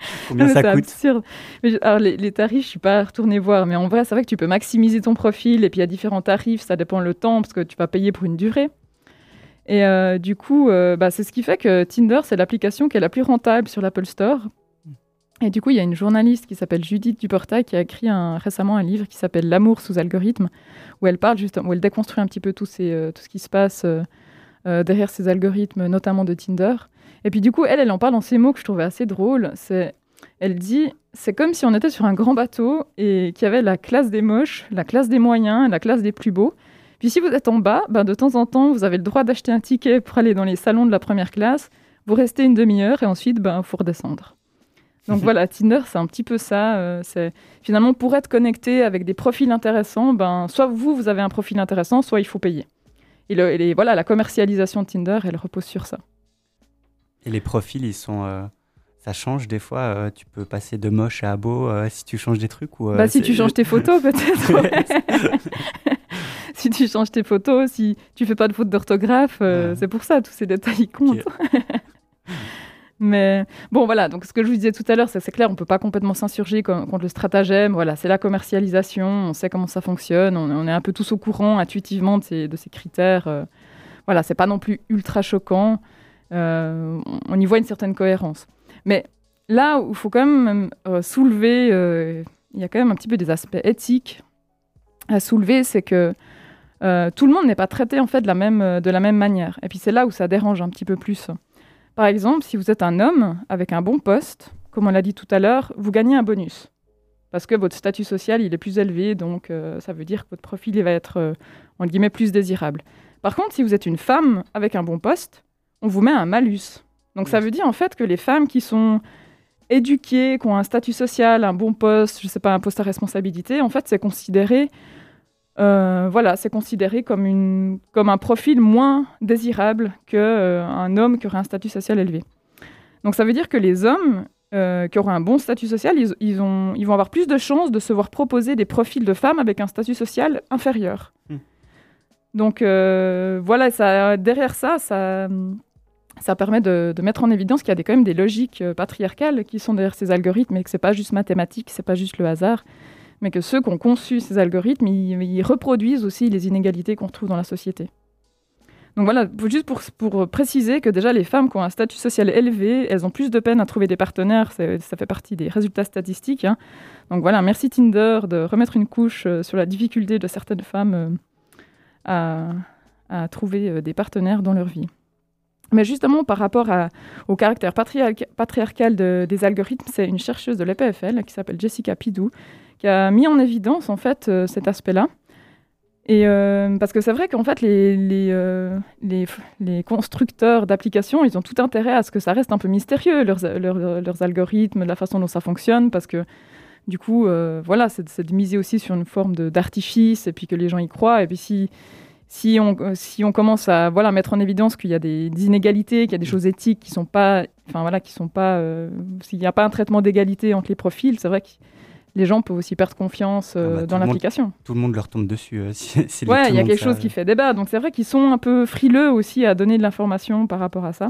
Speaker 2: Combien ça
Speaker 3: C'est
Speaker 2: coûte?
Speaker 3: absurde. Alors, les tarifs, je suis pas retournée voir, mais en vrai, c'est vrai que tu peux maximiser ton profil et puis il y a différents tarifs, ça dépend le temps parce que tu vas payer pour une durée. Et du coup, c'est ce qui fait que Tinder, c'est l'application qui est la plus rentable sur l'Apple Store. Et du coup, il y a une journaliste qui s'appelle Judith Duportail qui a écrit récemment un livre qui s'appelle L'amour sous algorithme, où elle parle justement, où elle déconstruit un petit peu tout ce qui se passe derrière ces algorithmes, notamment de Tinder. Et puis du coup, elle en parle dans ces mots que je trouvais assez drôles. Elle dit, c'est comme si on était sur un grand bateau et qu'il y avait la classe des moches, la classe des moyens, la classe des plus beaux. Puis si vous êtes en bas, de temps en temps, vous avez le droit d'acheter un ticket pour aller dans les salons de la première classe. Vous restez une demi-heure et ensuite, il faut redescendre. Donc voilà, Tinder, c'est un petit peu ça. C'est finalement pour être connecté avec des profils intéressants, soit vous avez un profil intéressant, soit il faut payer. Et voilà, la commercialisation de Tinder, elle repose sur ça.
Speaker 2: Et les profils, ça change des fois. Tu peux passer de moche à beau si tu changes des trucs ou.
Speaker 3: Si tu changes tes photos, peut-être. Ouais. Si tu changes tes photos, si tu fais pas de faute d'orthographe, c'est pour ça, tous ces détails comptent. Okay. Mais bon, voilà, donc ce que je vous disais tout à l'heure, c'est clair, on ne peut pas complètement s'insurger contre le stratagème. Voilà, c'est la commercialisation, on sait comment ça fonctionne, on est un peu tous au courant intuitivement de ces critères. Voilà, c'est pas non plus ultra choquant. On y voit une certaine cohérence. Mais là où il faut quand même soulever, il y a quand même un petit peu des aspects éthiques à soulever, c'est que tout le monde n'est pas traité en fait de la même manière. Et puis c'est là où ça dérange un petit peu plus. Par exemple, si vous êtes un homme avec un bon poste, comme on l'a dit tout à l'heure, vous gagnez un bonus. Parce que votre statut social, il est plus élevé, donc ça veut dire que votre profil il va être, entre guillemets, plus désirable. Par contre, si vous êtes une femme avec un bon poste, on vous met un malus. Donc ça veut dire en fait que les femmes qui sont éduquées, qui ont un statut social, un bon poste, je ne sais pas, un poste à responsabilité, en fait, c'est considéré... c'est considéré comme un profil moins désirable qu'un homme qui aurait un statut social élevé. Donc ça veut dire que les hommes qui auront un bon statut social, ils vont avoir plus de chances de se voir proposer des profils de femmes avec un statut social inférieur. Donc derrière ça permet de mettre en évidence qu'il y a quand même des logiques patriarcales qui sont derrière ces algorithmes et que ce n'est pas juste mathématique, ce n'est pas juste le hasard. Mais que ceux qui ont conçu ces algorithmes, ils reproduisent aussi les inégalités qu'on retrouve dans la société. Donc voilà, juste pour préciser que déjà les femmes qui ont un statut social élevé, elles ont plus de peine à trouver des partenaires, ça fait partie des résultats statistiques. Hein. Donc voilà, merci Tinder de remettre une couche sur la difficulté de certaines femmes à trouver des partenaires dans leur vie. Mais justement, par rapport au caractère patriarcal des algorithmes, c'est une chercheuse de l'EPFL qui s'appelle Jessica Pidou qui a mis en évidence en fait cet aspect-là. Et parce que c'est vrai qu'en fait les constructeurs d'applications, ils ont tout intérêt à ce que ça reste un peu mystérieux leurs algorithmes, la façon dont ça fonctionne, parce que du coup, c'est de miser aussi sur une forme d'artifice et puis que les gens y croient. Et puis si on commence à mettre en évidence qu'il y a des inégalités, qu'il y a des choses éthiques qui sont pas, s'il n'y a pas un traitement d'égalité entre les profils, c'est vrai que les gens peuvent aussi perdre confiance dans l'application.
Speaker 2: Tout le monde leur tombe dessus.
Speaker 3: Il y a quelque chose qui fait débat. Donc c'est vrai qu'ils sont un peu frileux aussi à donner de l'information par rapport à ça.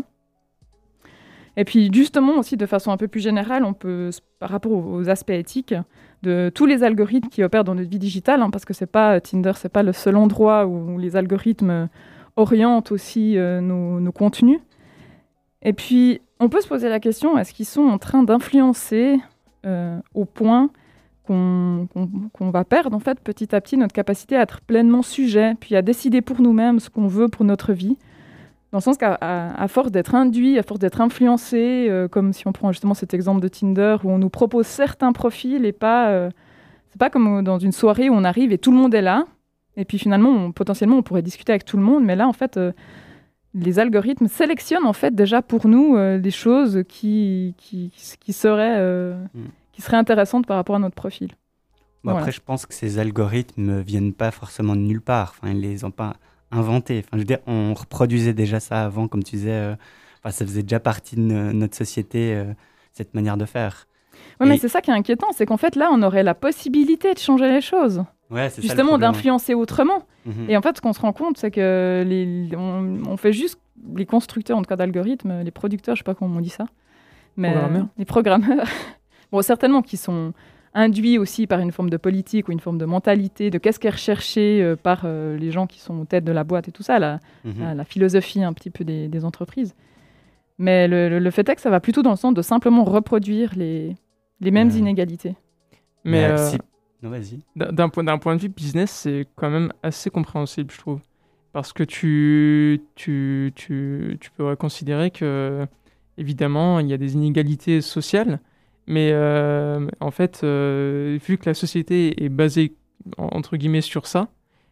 Speaker 3: Et puis justement aussi de façon un peu plus générale, on peut, par rapport aux aspects éthiques, de tous les algorithmes qui opèrent dans notre vie digitale, parce que Tinder, c'est pas le seul endroit où les algorithmes orientent aussi nos contenus. Et puis on peut se poser la question, est-ce qu'ils sont en train d'influencer au point qu'on va perdre en fait petit à petit notre capacité à être pleinement sujet, puis à décider pour nous-mêmes ce qu'on veut pour notre vie, dans le sens qu'à force d'être induit, à force d'être influencé, comme si on prend justement cet exemple de Tinder où on nous propose certains profils et pas c'est pas comme dans une soirée où on arrive et tout le monde est là et puis finalement potentiellement on pourrait discuter avec tout le monde, mais là en fait les algorithmes sélectionnent en fait déjà pour nous des choses qui seraient intéressantes par rapport à notre profil.
Speaker 2: Bon, voilà. Après, je pense que ces algorithmes ne viennent pas forcément de nulle part. Ils ne les ont pas inventés. Je veux dire, on reproduisait déjà ça avant, comme tu disais. Ça faisait déjà partie de notre société, cette manière de faire.
Speaker 3: Oui, mais c'est ça qui est inquiétant, c'est qu'en fait, là, on aurait la possibilité de changer les choses.
Speaker 2: Ouais, c'est
Speaker 3: justement,
Speaker 2: ça,
Speaker 3: d'influencer autrement. Et en fait, ce qu'on se rend compte, c'est que on fait juste, les constructeurs, en tout cas d'algorithmes, les producteurs, je ne sais pas comment on dit ça, Mais les programmeurs, bon, certainement qui sont induits aussi par une forme de politique ou une forme de mentalité, de qu'est-ce qui est recherché par les gens qui sont aux têtes de la boîte et tout ça, la philosophie un petit peu des entreprises. Mais le fait est que ça va plutôt dans le sens de simplement reproduire les mêmes inégalités.
Speaker 1: Mais
Speaker 2: non, vas-y.
Speaker 1: D'un point de vue business, c'est quand même assez compréhensible, je trouve. Parce que tu pourrais considérer que, évidemment, il y a des inégalités sociales, mais en fait, vu que la société est basée, entre guillemets, sur ça,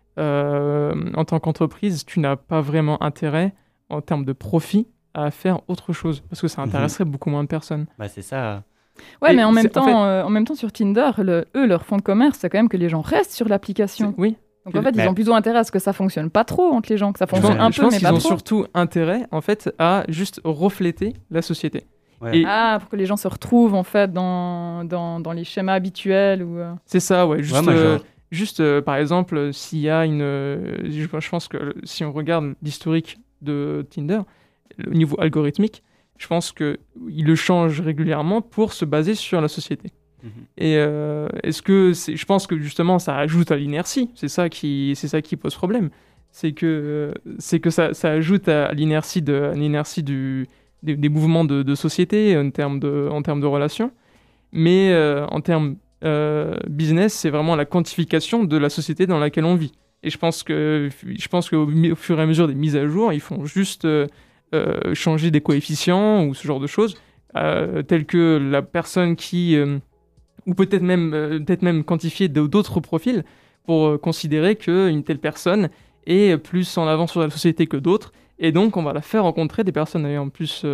Speaker 1: en tant qu'entreprise, tu n'as pas vraiment intérêt, en termes de profit, à faire autre chose, parce que ça intéresserait beaucoup moins de personnes.
Speaker 2: Bah, c'est ça.
Speaker 3: Ouais, mais en même temps, sur Tinder, leur fond de commerce, c'est quand même que les gens restent sur l'application.
Speaker 1: Oui.
Speaker 3: Donc en fait, ils ont plutôt intérêt à ce que ça fonctionne pas trop entre les gens, que ça fonctionne un peu, mais pas trop.
Speaker 1: Je pense qu'ils ont surtout intérêt, en fait, à juste refléter la société.
Speaker 2: Ouais.
Speaker 1: Et
Speaker 3: pour que les gens se retrouvent, en fait, dans les schémas habituels.
Speaker 1: C'est ça, ouais. Juste, par exemple, s'il y a je pense que si on regarde l'historique de Tinder, au niveau algorithmique, je pense qu'il le change régulièrement pour se baser sur la société. Et je pense que justement ça ajoute à l'inertie, c'est ça qui pose problème, c'est que ça ajoute à l'inertie des mouvements de société en termes de relations, mais en termes business, c'est vraiment la quantification de la société dans laquelle on vit. Et je pense qu'au fur et à mesure des mises à jour, ils font juste changer des coefficients ou ce genre de choses, tels que la personne qui ou peut-être même quantifier d'autres profils pour considérer qu'une telle personne est plus en avance sur la société que d'autres, et donc on va la faire rencontrer des personnes ayant plus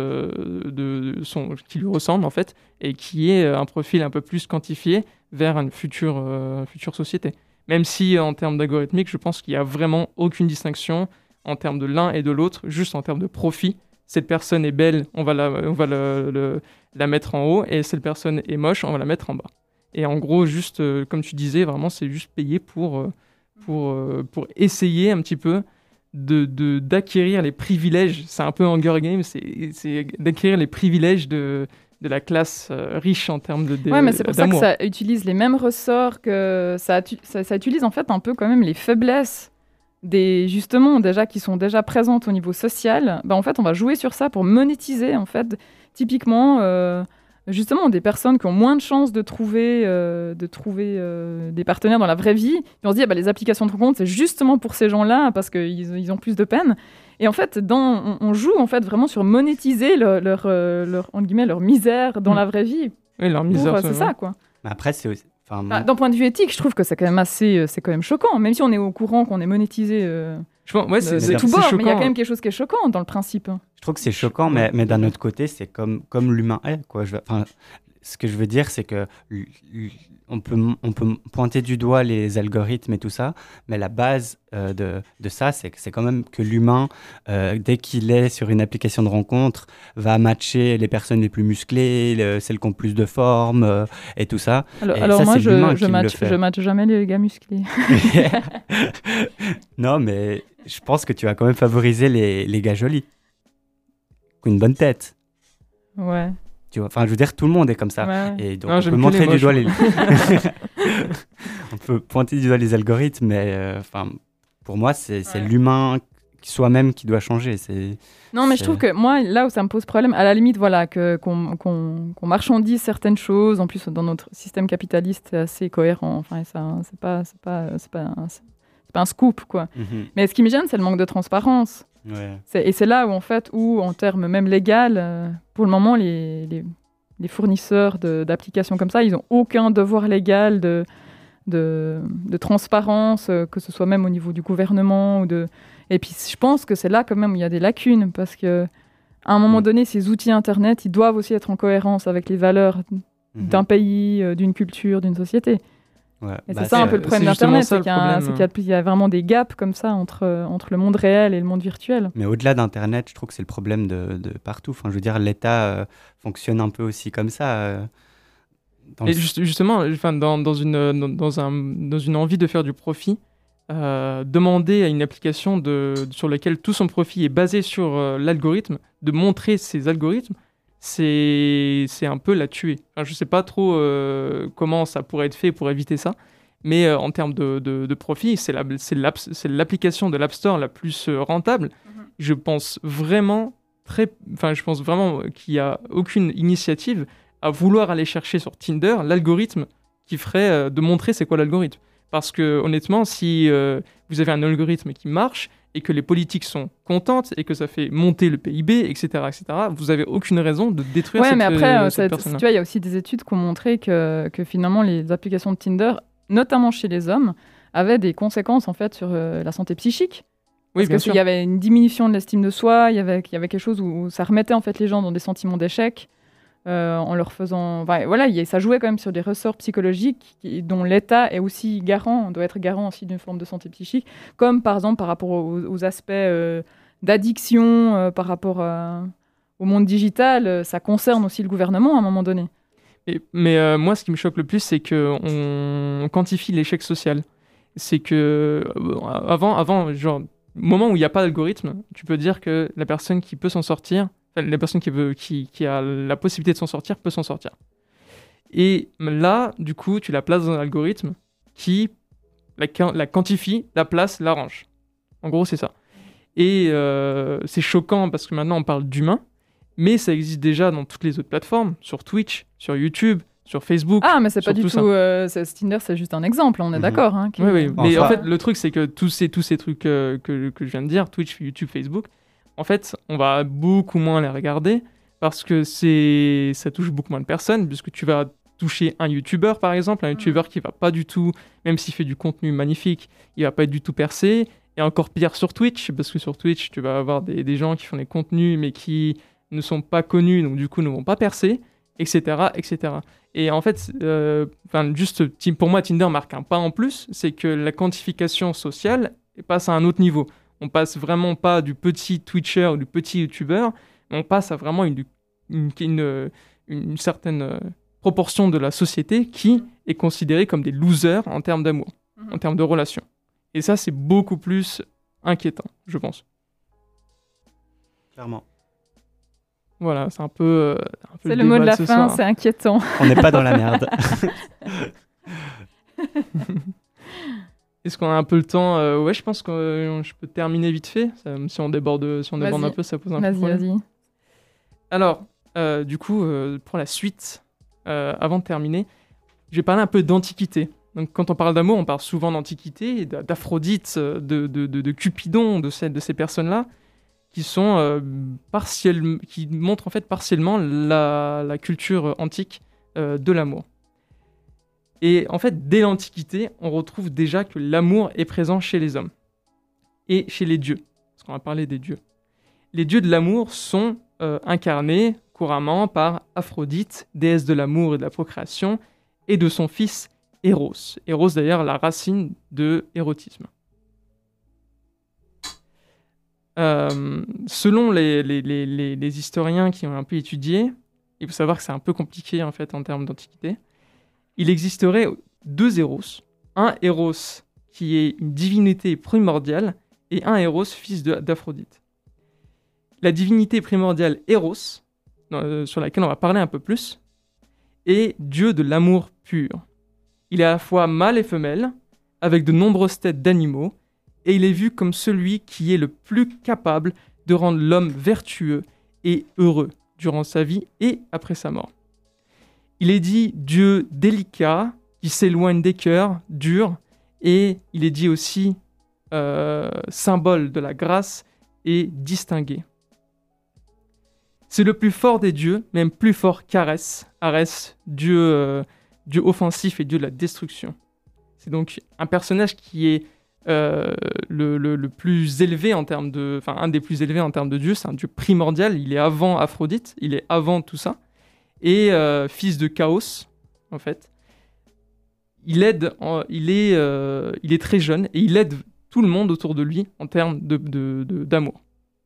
Speaker 1: qui lui ressemblent en fait, et qui est un profil un peu plus quantifié vers une future société. Même si en termes d'algorithmique, je pense qu'il n'y a vraiment aucune distinction en termes de l'un et de l'autre, juste en termes de profit. Cette personne est belle, on va la mettre en haut, et cette personne est moche, on va la mettre en bas. Et en gros, juste comme tu disais, vraiment, c'est juste payer pour essayer un petit peu d'acquérir les privilèges. C'est un peu Hunger Games, c'est d'acquérir les privilèges de la classe riche en termes d'amour.
Speaker 3: Ouais, mais c'est pour ça que ça utilise les mêmes ressorts, que ça utilise en fait un peu quand même les faiblesses justement déjà qui sont déjà présentes au niveau social. En fait, on va jouer sur ça pour monétiser en fait typiquement justement des personnes qui ont moins de chances de trouver des partenaires dans la vraie vie. Puis on se dit les applications de rencontre, c'est justement pour ces gens-là parce qu'ils ont plus de peine. Et en fait, on joue en fait vraiment sur monétiser leur entre guillemets leur misère dans la vraie vie.
Speaker 1: Oui, leur misère,
Speaker 3: c'est ça quoi.
Speaker 2: Mais après, c'est aussi...
Speaker 3: d'un point de vue éthique, je trouve que c'est quand même choquant, même si on est au courant qu'on est monétisé
Speaker 1: c'est
Speaker 3: tout bord, mais il y a quand même quelque chose qui est choquant dans le principe.
Speaker 2: Je trouve que c'est choquant, mais d'un autre côté, c'est comme l'humain est, quoi. Ce que je veux dire, c'est que on peut pointer du doigt les algorithmes et tout ça, mais la base de ça, c'est quand même que l'humain, dès qu'il est sur une application de rencontre, va matcher les personnes les plus musclées, celles qui ont plus de forme et tout ça.
Speaker 3: Alors
Speaker 2: ça,
Speaker 3: moi, je matche jamais les gars musclés.
Speaker 2: Non, mais je pense que tu vas quand même favoriser les gars jolis, qui ont une bonne tête.
Speaker 3: Ouais.
Speaker 2: Tu vois, je veux dire, tout le monde est comme ça.
Speaker 3: Ouais.
Speaker 2: Et donc, on peut montrer du doigt on peut pointer du doigt les algorithmes, mais pour moi, c'est l'humain soi-même qui doit changer.
Speaker 3: Non, mais je trouve que moi, là où ça me pose problème, à la limite, voilà, qu'on marchandise certaines choses. En plus, dans notre système capitaliste, c'est assez cohérent. Enfin, ça, c'est pas un scoop, quoi.
Speaker 2: Mm-hmm.
Speaker 3: Mais ce qui me gêne, c'est le manque de transparence.
Speaker 2: Ouais.
Speaker 3: Et c'est là où en termes même légal, pour le moment, les fournisseurs d'applications comme ça, ils n'ont aucun devoir légal de transparence, que ce soit même au niveau du gouvernement. Et puis, je pense que c'est là quand même où il y a des lacunes, parce qu'à un moment donné, ces outils Internet, ils doivent aussi être en cohérence avec les valeurs d'un pays, d'une culture, d'une société.
Speaker 2: Ouais.
Speaker 3: Et c'est ça un peu le problème d'Internet, c'est qu'il y a vraiment des gaps comme ça entre le monde réel et le monde virtuel.
Speaker 2: Mais au-delà d'Internet, je trouve que c'est le problème de partout. Enfin, je veux dire, l'État fonctionne un peu aussi comme ça.
Speaker 1: Justement, dans une envie de faire du profit, demander à une application sur laquelle tout son profit est basé sur l'algorithme, de montrer ses algorithmes, c'est un peu la tuer. Enfin, je sais pas trop comment ça pourrait être fait pour éviter ça, mais en termes de profit, c'est l'application de l'App Store la plus rentable. Je pense vraiment qu'il n'y a aucune initiative à vouloir aller chercher sur Tinder l'algorithme qui ferait de montrer c'est quoi l'algorithme. Parce que honnêtement, si vous avez un algorithme qui marche et que les politiques sont contentes et que ça fait monter le PIB, etc., vous n'avez aucune raison de détruire cette personne-là.
Speaker 3: Ouais, mais après, tu vois, il y a aussi des études qui ont montré que finalement, les applications de Tinder, notamment chez les hommes, avaient des conséquences en fait sur la santé psychique.
Speaker 1: Oui,
Speaker 3: Parce qu'il y avait une diminution de l'estime de soi, il y avait quelque chose où ça remettait en fait les gens dans des sentiments d'échec. En leur faisant... ça jouait quand même sur des ressorts psychologiques dont l'État est aussi garant, doit être garant aussi d'une forme de santé psychique, comme par exemple par rapport aux aspects d'addiction, par rapport au monde digital, ça concerne aussi le gouvernement à un moment donné.
Speaker 1: Mais moi, ce qui me choque le plus, c'est qu'on quantifie l'échec social. C'est que avant, genre, au moment où il n'y a pas d'algorithme, tu peux dire que la personne qui peut s'en sortir, la personne qui a la possibilité de s'en sortir peut s'en sortir. Et là, du coup, tu la places dans un algorithme qui la quantifie, la place, l'arrange. En gros, c'est ça. Et c'est choquant parce que maintenant, on parle d'humains, mais ça existe déjà dans toutes les autres plateformes, sur Twitch, sur YouTube, sur Facebook.
Speaker 3: Ah, mais c'est pas du tout... Tinder, c'est juste un exemple, on est d'accord. Hein,
Speaker 1: Oui. Mais en fait, le truc, c'est que tous ces trucs que je viens de dire, Twitch, YouTube, Facebook, en fait, on va beaucoup moins les regarder parce que ça touche beaucoup moins de personnes, puisque tu vas toucher un YouTuber, par exemple, un YouTuber qui va pas du tout, même s'il fait du contenu magnifique, il va pas être du tout percé. Et encore pire sur Twitch, parce que sur Twitch, tu vas avoir des gens qui font des contenus, mais qui ne sont pas connus, donc du coup ne vont pas percer, etc. Et en fait, juste pour moi, Tinder marque un pas en plus, c'est que la quantification sociale passe à un autre niveau. On passe vraiment pas du petit Twitcher ou du petit YouTuber, on passe à vraiment une certaine proportion de la société qui est considérée comme des losers en termes d'amour, en termes de relations. Et ça, c'est beaucoup plus inquiétant, je pense.
Speaker 2: Clairement.
Speaker 1: Voilà, c'est un peu
Speaker 3: c'est le mot de la fin, c'est inquiétant.
Speaker 2: On n'est pas dans la merde.
Speaker 1: Est-ce qu'on a un peu le temps Ouais, je pense que je peux terminer vite fait. Si on déborde un peu, ça pose un peu de problème.
Speaker 3: Vas-y.
Speaker 1: Alors, du coup, pour la suite, avant de terminer, je vais parler un peu d'Antiquité. Donc, quand on parle d'amour, on parle souvent d'Antiquité, d'Aphrodite, de Cupidon, de ces personnes-là, qui sont qui montrent en fait partiellement la culture antique de l'amour. Et en fait, dès l'Antiquité, on retrouve déjà que l'amour est présent chez les hommes et chez les dieux, parce qu'on va parler des dieux. Les dieux de l'amour sont incarnés couramment par Aphrodite, déesse de l'amour et de la procréation, et de son fils Eros. Eros, d'ailleurs, la racine de érotisme. Selon les historiens qui ont un peu étudié, il faut savoir que c'est un peu compliqué en fait en termes d'antiquité, il existerait deux Eros. Un Eros qui est une divinité primordiale et un Eros fils d'Aphrodite. La divinité primordiale Eros, sur laquelle on va parler un peu plus, est dieu de l'amour pur. Il est à la fois mâle et femelle, avec de nombreuses têtes d'animaux, et il est vu comme celui qui est le plus capable de rendre l'homme vertueux et heureux durant sa vie et après sa mort. Il est dit Dieu délicat, qui s'éloigne des cœurs, durs, et il est dit aussi symbole de la grâce et distingué. C'est le plus fort des dieux, même plus fort qu'Arès. Arès, dieu offensif et dieu de la destruction. C'est donc un personnage qui est le plus élevé en termes de... Enfin, un des plus élevés en termes de dieu. C'est un dieu primordial. Il est avant Aphrodite. Il est avant tout ça. Et fils de Chaos, en fait. Il est très jeune et il aide tout le monde autour de lui en termes d'amour.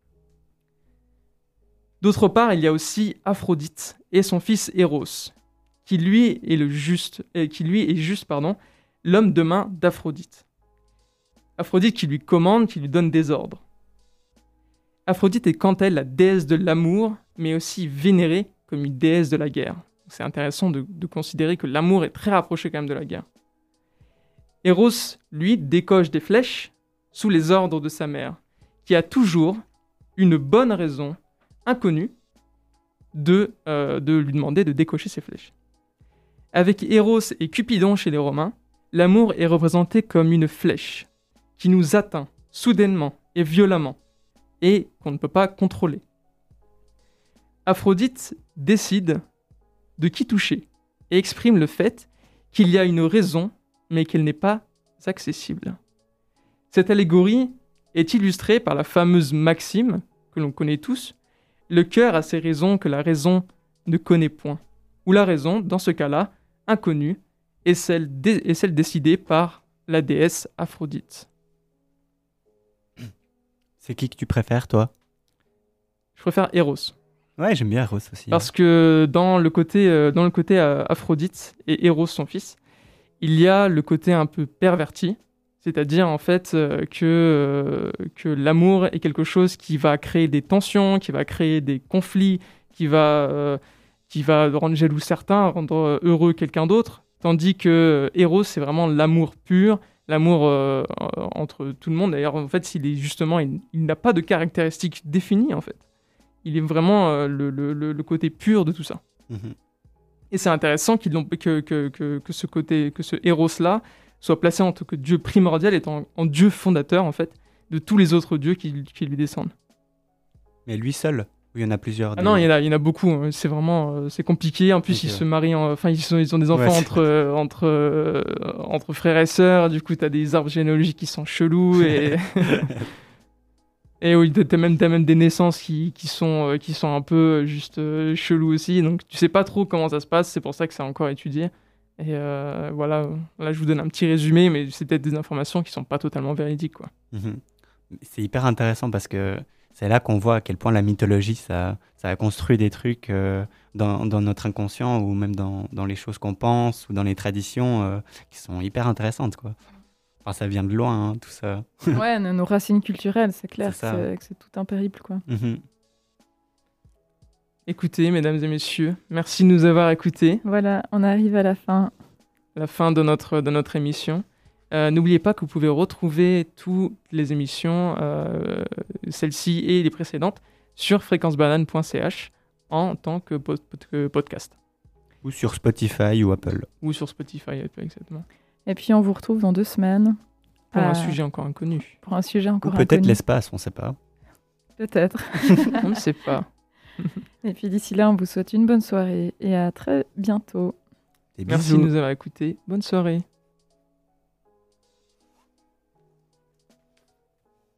Speaker 1: D'autre part, il y a aussi Aphrodite et son fils Eros, qui lui est juste, l'homme de main d'Aphrodite. Aphrodite qui lui commande, qui lui donne des ordres. Aphrodite est quant à elle la déesse de l'amour, mais aussi vénérée comme une déesse de la guerre. C'est intéressant de considérer que l'amour est très rapproché quand même de la guerre. Eros, lui, décoche des flèches sous les ordres de sa mère, qui a toujours une bonne raison inconnue de lui demander de décocher ses flèches. Avec Eros et Cupidon chez les Romains, l'amour est représenté comme une flèche qui nous atteint soudainement et violemment et qu'on ne peut pas contrôler. Aphrodite décide de qui toucher et exprime le fait qu'il y a une raison mais qu'elle n'est pas accessible. Cette allégorie est illustrée par la fameuse maxime que l'on connaît tous, le cœur a ses raisons que la raison ne connaît point, ou la raison, dans ce cas-là, inconnue, est celle décidée par la déesse Aphrodite.
Speaker 2: C'est qui que tu préfères, toi?
Speaker 1: Je préfère Eros.
Speaker 2: Ouais, j'aime bien Eros aussi.
Speaker 1: Parce que dans le côté Aphrodite et Eros, son fils, il y a le côté un peu perverti, c'est-à-dire en fait que l'amour est quelque chose qui va créer des tensions, qui va créer des conflits, qui va rendre jaloux certains, rendre heureux quelqu'un d'autre, tandis que Eros, c'est vraiment l'amour pur, l'amour entre tout le monde. D'ailleurs, en fait, il n'a pas de caractéristiques définies, en fait. Il est vraiment le côté pur de tout ça.
Speaker 2: Mhm.
Speaker 1: Et c'est intéressant que ce Eros-là soit placé en tant que dieu primordial, étant en dieu fondateur, en fait, de tous les autres dieux qui lui descendent.
Speaker 2: Mais lui seul? Ou il y en a plusieurs?
Speaker 1: Ah non, il y en a beaucoup. Hein. C'est vraiment c'est compliqué. En plus,
Speaker 2: Ok.
Speaker 1: ils se marient. Ils ont des enfants entre frères et sœurs. Du coup, t'as des arbres généalogiques qui sont chelous et et oui, t'as même des naissances qui sont un peu juste chelous aussi. Donc, tu sais pas trop comment ça se passe. C'est pour ça que c'est encore étudié. Et voilà. Là, je vous donne un petit résumé, mais c'est peut-être des informations qui sont pas totalement véridiques, quoi.
Speaker 2: Mhm. C'est hyper intéressant parce que c'est là qu'on voit à quel point la mythologie, ça a construit des trucs dans notre inconscient ou même dans les choses qu'on pense ou dans les traditions qui sont hyper intéressantes, quoi. Enfin, ça vient de loin, hein, tout ça.
Speaker 3: Ouais, nos racines culturelles, c'est clair
Speaker 2: C'est ça.
Speaker 3: que c'est tout un périple, quoi.
Speaker 2: Mhm.
Speaker 1: Écoutez, mesdames et messieurs, merci de nous avoir écoutés.
Speaker 3: Voilà, on arrive à la fin.
Speaker 1: La fin de notre émission. N'oubliez pas que vous pouvez retrouver toutes les émissions, celle-ci et les précédentes, sur fréquencebanane.ch en tant que podcast.
Speaker 2: Ou sur Spotify ou Apple.
Speaker 1: Ou sur Spotify, exactement.
Speaker 3: Et puis on vous retrouve dans 2 semaines.
Speaker 1: Pour un sujet encore inconnu.
Speaker 3: Pour un sujet
Speaker 2: Ou
Speaker 3: encore
Speaker 2: peut-être
Speaker 3: inconnu.
Speaker 2: l'espace, on ne sait pas.
Speaker 3: Peut-être.
Speaker 1: On ne sait pas.
Speaker 3: Et puis d'ici là, on vous souhaite une bonne soirée et à très bientôt.
Speaker 2: Des
Speaker 1: Merci
Speaker 2: bisous.
Speaker 1: de nous avoir écoutés. Bonne soirée.